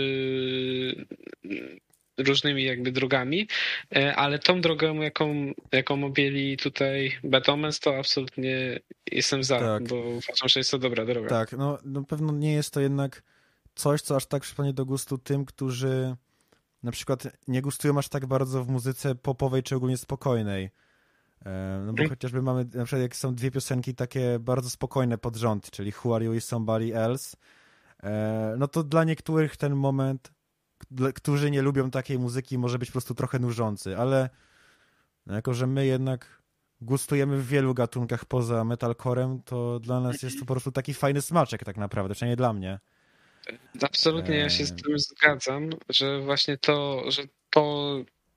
różnymi jakby drogami, e, ale tą drogą, jaką, jaką objęli tutaj Bad Omens, to absolutnie jestem za, Tak. bo uważam, że jest to dobra droga. Tak, no na pewno nie jest to jednak coś, co aż tak przypadnie do gustu tym, którzy na przykład nie gustują aż tak bardzo w muzyce popowej czy ogólnie spokojnej. E, No bo Mhm. chociażby mamy, na przykład jak są dwie piosenki takie bardzo spokojne pod rząd, czyli Who Are You i Somebody Else, e, no to dla niektórych ten moment, dla, którzy nie lubią takiej muzyki, może być po prostu trochę nużący, ale no jako, że my jednak gustujemy w wielu gatunkach poza metalcorem, to dla nas jest to po prostu taki fajny smaczek tak naprawdę, przynajmniej dla mnie. Absolutnie ja się z Eee. tym zgadzam, że właśnie to, że to,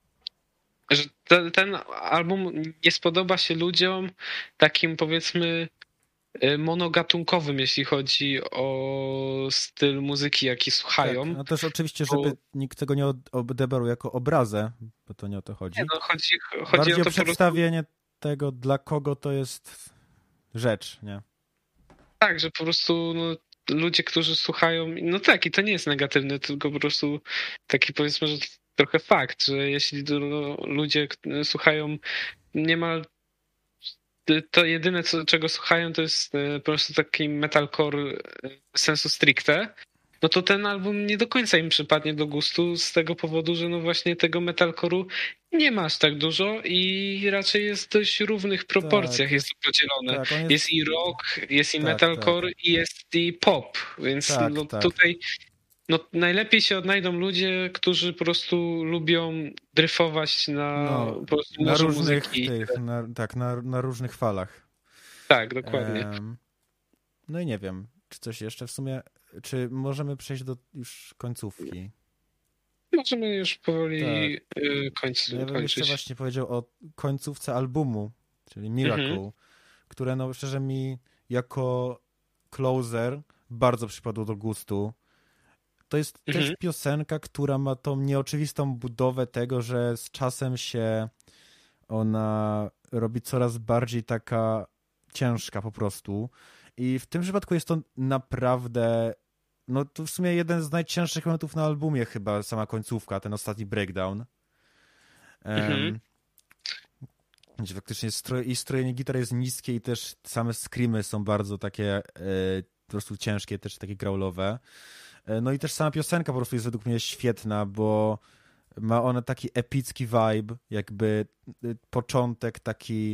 że te, ten album nie spodoba się ludziom takim powiedzmy y, monogatunkowym, jeśli chodzi o styl muzyki, jaki słuchają. Tak, no też oczywiście, bo- żeby nikt tego nie od- odebrał jako obrazę, bo to nie o to chodzi. Nie, no, chodzi, chodzi Bardziej o o to po prostu, przedstawienie tego, dla kogo to jest rzecz, nie? tak, że po prostu no, ludzie, którzy słuchają, no tak, i to nie jest negatywne, tylko po prostu taki powiedzmy, że trochę fakt, że jeśli no, ludzie k- słuchają niemal to jedyne, co, czego słuchają, to jest e, po prostu taki metalcore e, sensu stricte, no to ten album nie do końca im przypadnie do gustu z tego powodu, że no właśnie tego metalcore'u nie ma aż tak dużo i raczej jest w dość równych proporcjach Tak. jest to podzielone. Tak, on jest, Jest i rock, jest i Tak, metalcore i jest i pop, więc Tak, no tak. tutaj no najlepiej się odnajdą ludzie, którzy po prostu lubią dryfować na No, po prostu na morzu różnych muzyki. tych, na, tak, na, na różnych falach. Tak, dokładnie. Em, no i nie wiem, czy coś jeszcze w sumie, czy możemy przejść do już końcówki? Możemy już powoli y, końc, No ja bym jeszcze kończyć. właśnie powiedział o końcówce albumu, czyli Miracle, Mhm. które no szczerze mi jako closer bardzo przypadło do gustu. To jest Mhm. też piosenka, która ma tą nieoczywistą budowę tego, że z czasem się ona robi coraz bardziej taka ciężka po prostu. I w tym przypadku jest to naprawdę, no to w sumie jeden z najcięższych momentów na albumie chyba, sama końcówka, ten ostatni breakdown. Mhm. Um, gdzie faktycznie stroj, i strojenie gitar jest niskie i też same screamy są bardzo takie e, po prostu ciężkie, też takie growlowe. E, no i też sama piosenka po prostu jest według mnie świetna, bo ma ona taki epicki vibe, jakby e, początek taki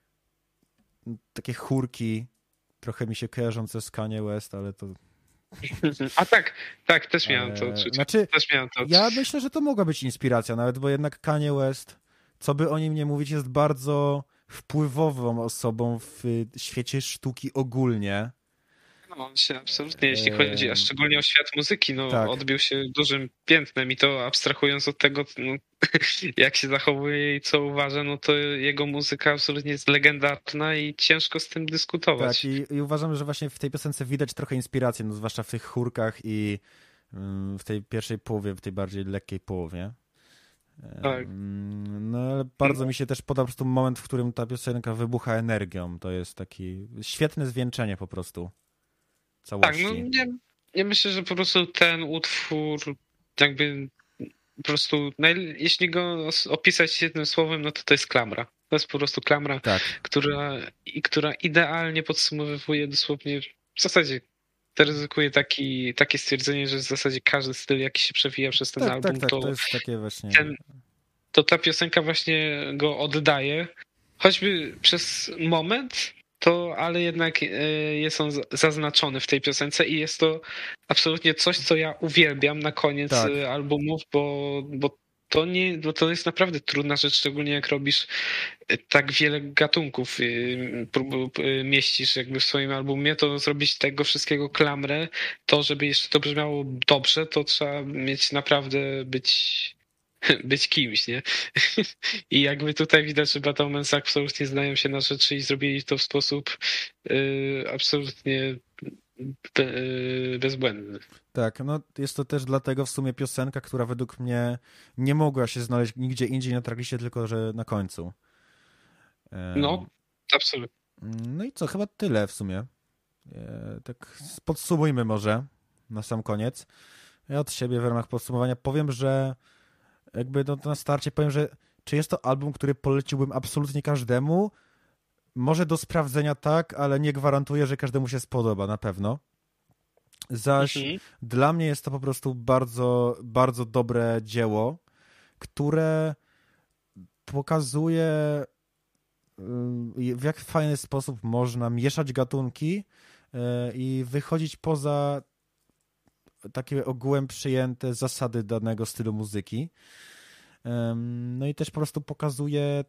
takie chórki, trochę mi się kojarzące z Kanye West, ale to... A tak, tak, też miałem to e, odczucie. Znaczy, Też miałem to ja odczucie. myślę, że to mogła być inspiracja nawet, bo jednak Kanye West, co by o nim nie mówić, jest bardzo wpływową osobą w świecie sztuki ogólnie. No, on się absolutnie, jeśli chodzi, a szczególnie o świat muzyki, no Tak. odbił się dużym piętnem i to abstrahując od tego, no, jak się zachowuje i co uważa, no to jego muzyka absolutnie jest legendarna i ciężko z tym dyskutować. Tak, i, i uważam, że właśnie w tej piosence widać trochę inspiracji, no zwłaszcza w tych chórkach i mm, w tej pierwszej połowie, w tej bardziej lekkiej połowie. Tak. Mm, No ale bardzo mi się też podoba po prostu moment, w którym ta piosenka wybucha energią. To jest taki świetne zwieńczenie po prostu Tak, całości. no nie, ja myślę, że po prostu ten utwór jakby po prostu, naj... jeśli go os- opisać jednym słowem, no to to jest klamra. To jest po prostu klamra, Tak, która, i która idealnie podsumowuje dosłownie, w zasadzie to ryzykuje taki, takie stwierdzenie, że w zasadzie każdy styl, jaki się przewija przez ten tak, album, tak, tak, to, to jest takie właśnie... ten, to ta piosenka właśnie go oddaje. Choćby przez moment, to ale jednak e, jest on z- zaznaczony w tej piosence i jest to absolutnie coś, co ja uwielbiam na koniec Tak. e, albumów, bo, bo to nie, bo to jest naprawdę trudna rzecz, szczególnie jak robisz e, tak wiele gatunków, e, prób- e, mieścisz jakby w swoim albumie, to zrobić tego wszystkiego klamrę, to żeby jeszcze to brzmiało dobrze, to trzeba mieć naprawdę być być kimś, nie? I jakby tutaj widać, że Battlements absolutnie znają się na rzeczy i zrobili to w sposób y, absolutnie be, y, bezbłędny. Tak, no jest to też dlatego w sumie piosenka, która według mnie nie mogła się znaleźć nigdzie indziej na trackliście, tylko że na końcu. Em, No, absolutnie. No i co, chyba tyle w sumie. E, Tak podsumujmy może na sam koniec. Ja od siebie w ramach podsumowania powiem, że jakby no, na starcie powiem, że czy jest to album, który poleciłbym absolutnie każdemu? Może do sprawdzenia tak, ale nie gwarantuję, że każdemu się spodoba, na pewno. Zaś Mhm. dla mnie jest to po prostu bardzo, bardzo dobre dzieło, które pokazuje, y, w jak fajny sposób można mieszać gatunki y, i wychodzić poza takie ogółem przyjęte zasady danego stylu muzyki. Ym, No i też po prostu pokazuje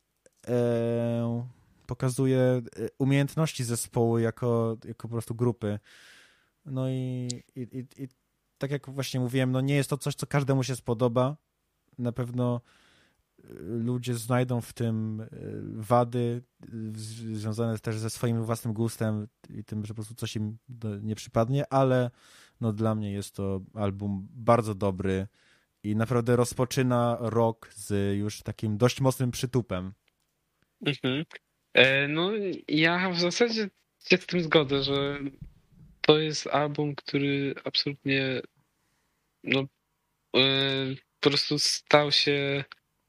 e, pokazuje e, umiejętności zespołu jako, jako po prostu grupy. No i, i, i, i tak jak właśnie mówiłem, no nie jest to coś, co każdemu się spodoba. Na pewno e, ludzie znajdą w tym e, wady e, z- związane też ze swoim własnym gustem i tym, że po prostu coś im do- nie przypadnie, ale no dla mnie jest to album bardzo dobry i naprawdę rozpoczyna rok z już takim dość mocnym przytupem. Mhm. E, No, ja w zasadzie się z tym zgodzę, że to jest album, który absolutnie no, e, po prostu stał się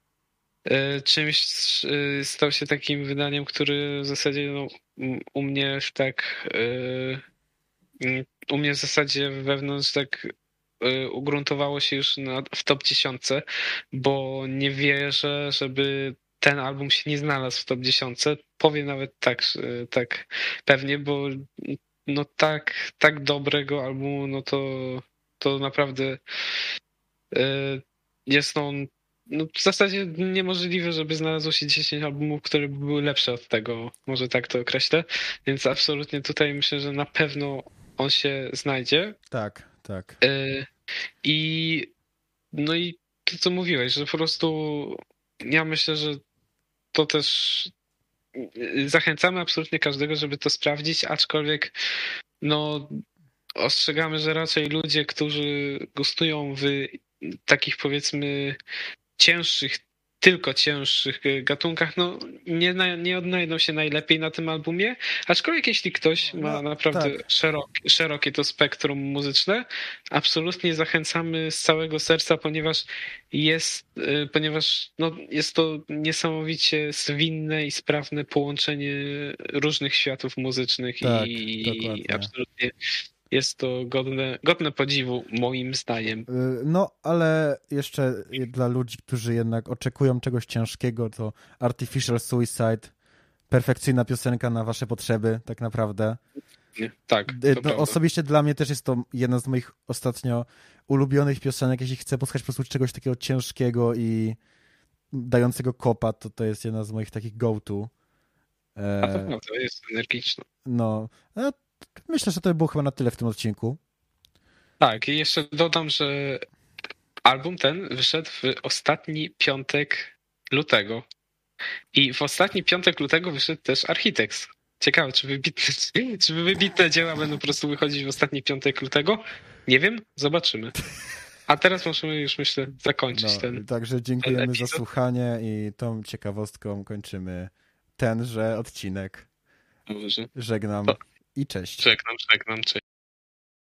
e, czymś, e, stał się takim wydaniem, który w zasadzie no, m- u mnie w tak e, m, u mnie w zasadzie wewnątrz tak e, ugruntowało się już na, w top dziesięć, bo nie wierzę, żeby ten album się nie znalazł w top dziesięć. Powiem nawet tak, e, tak pewnie, bo no tak, tak dobrego albumu, no to, to naprawdę e, jest on no w zasadzie niemożliwe, żeby znalazło się dziesięć albumów, które by były lepsze od tego, może tak to określę, więc absolutnie tutaj myślę, że na pewno on się znajdzie. Tak, tak. E, I no i to, co mówiłeś, że po prostu ja myślę, że to też y, zachęcamy absolutnie każdego, żeby to sprawdzić, aczkolwiek no ostrzegamy, że raczej ludzie, którzy gustują w takich powiedzmy cięższych, tylko cięższych y, gatunkach, no nie, na, nie odnajdą się najlepiej na tym albumie, aczkolwiek jeśli ktoś ma No, naprawdę tak. szerokie, szerokie to spektrum muzyczne, absolutnie zachęcamy z całego serca, ponieważ jest, y, ponieważ no, jest to niesamowicie zwinne i sprawne połączenie różnych światów muzycznych Tak, i dokładnie. absolutnie jest to godne, godne podziwu moim zdaniem. Y, No, ale jeszcze dla ludzi, którzy jednak oczekują czegoś ciężkiego, to Artificial Suicide, perfekcyjna piosenka na wasze potrzeby, tak naprawdę. Nie, tak, Y, to No, prawda. osobiście dla mnie też jest to jedna z moich ostatnio ulubionych piosenek. Jeśli chcę posłuchać po prostu czegoś takiego ciężkiego i dającego kopa, to to jest jedna z moich takich go-to. A to E, prawda, jest energiczna. No, a myślę, że to by było chyba na tyle w tym odcinku. Tak, i jeszcze dodam, że album ten wyszedł w ostatni piątek lutego. I w ostatni piątek lutego wyszedł też Architects. Ciekawe, czy wybitne, czy wybitne dzieła będą po prostu wychodzić w ostatni piątek lutego? Nie wiem, zobaczymy. A teraz możemy już, myślę, zakończyć No, ten. także dziękujemy za epizod. słuchanie i tą ciekawostką kończymy tenże odcinek. Może. Żegnam To- i cześć. Żegnam, żegnam, cześć.